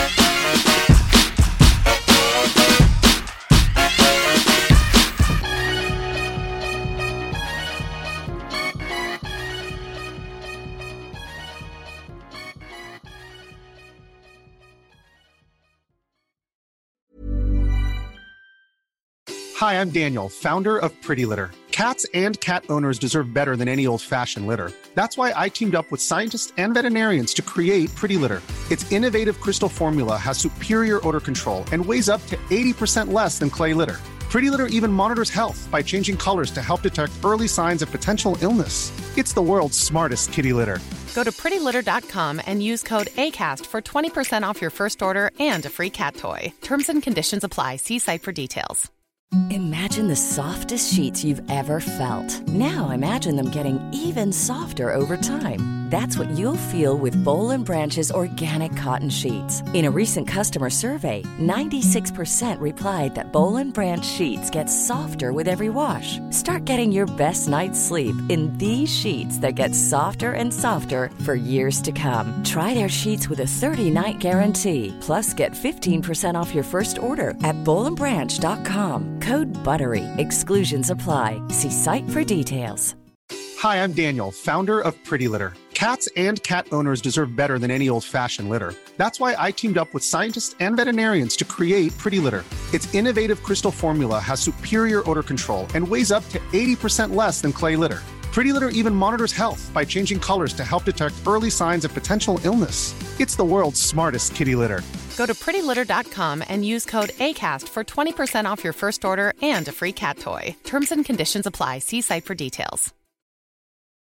Hi, I'm Daniel, founder of Pretty Litter. Cats and cat owners deserve better than any old-fashioned litter. That's why I teamed up with scientists and veterinarians to create Pretty Litter. Its innovative crystal formula has superior odor control and weighs up to eighty percent less than clay litter. Pretty Litter even monitors health by changing colors to help detect early signs of potential illness. It's the world's smartest kitty litter. Go to pretty litter dot com and use code ACAST for twenty percent off your first order and a free cat toy. Terms and conditions apply. See site for details. Imagine the softest sheets you've ever felt. Now imagine them getting even softer over time. That's what you'll feel with Boll and Branch's organic cotton sheets. In a recent customer survey, ninety-six percent replied that Boll and Branch sheets get softer with every wash. Start getting your best night's sleep in these sheets that get softer and softer for years to come. Try their sheets with a thirty-night guarantee. Plus, get fifteen percent off your first order at boll and branch dot com. Code BUTTERY. Exclusions apply. See site for details. Hi, I'm Daniel, founder of Pretty Litter. Cats and cat owners deserve better than any old-fashioned litter. That's why I teamed up with scientists and veterinarians to create Pretty Litter. Its innovative crystal formula has superior odor control and weighs up to eighty percent less than clay litter. Pretty Litter even monitors health by changing colors to help detect early signs of potential illness. It's the world's smartest kitty litter. Go to pretty litter dot com and use code ACAST for twenty percent off your first order and a free cat toy. Terms and conditions apply. See site for details.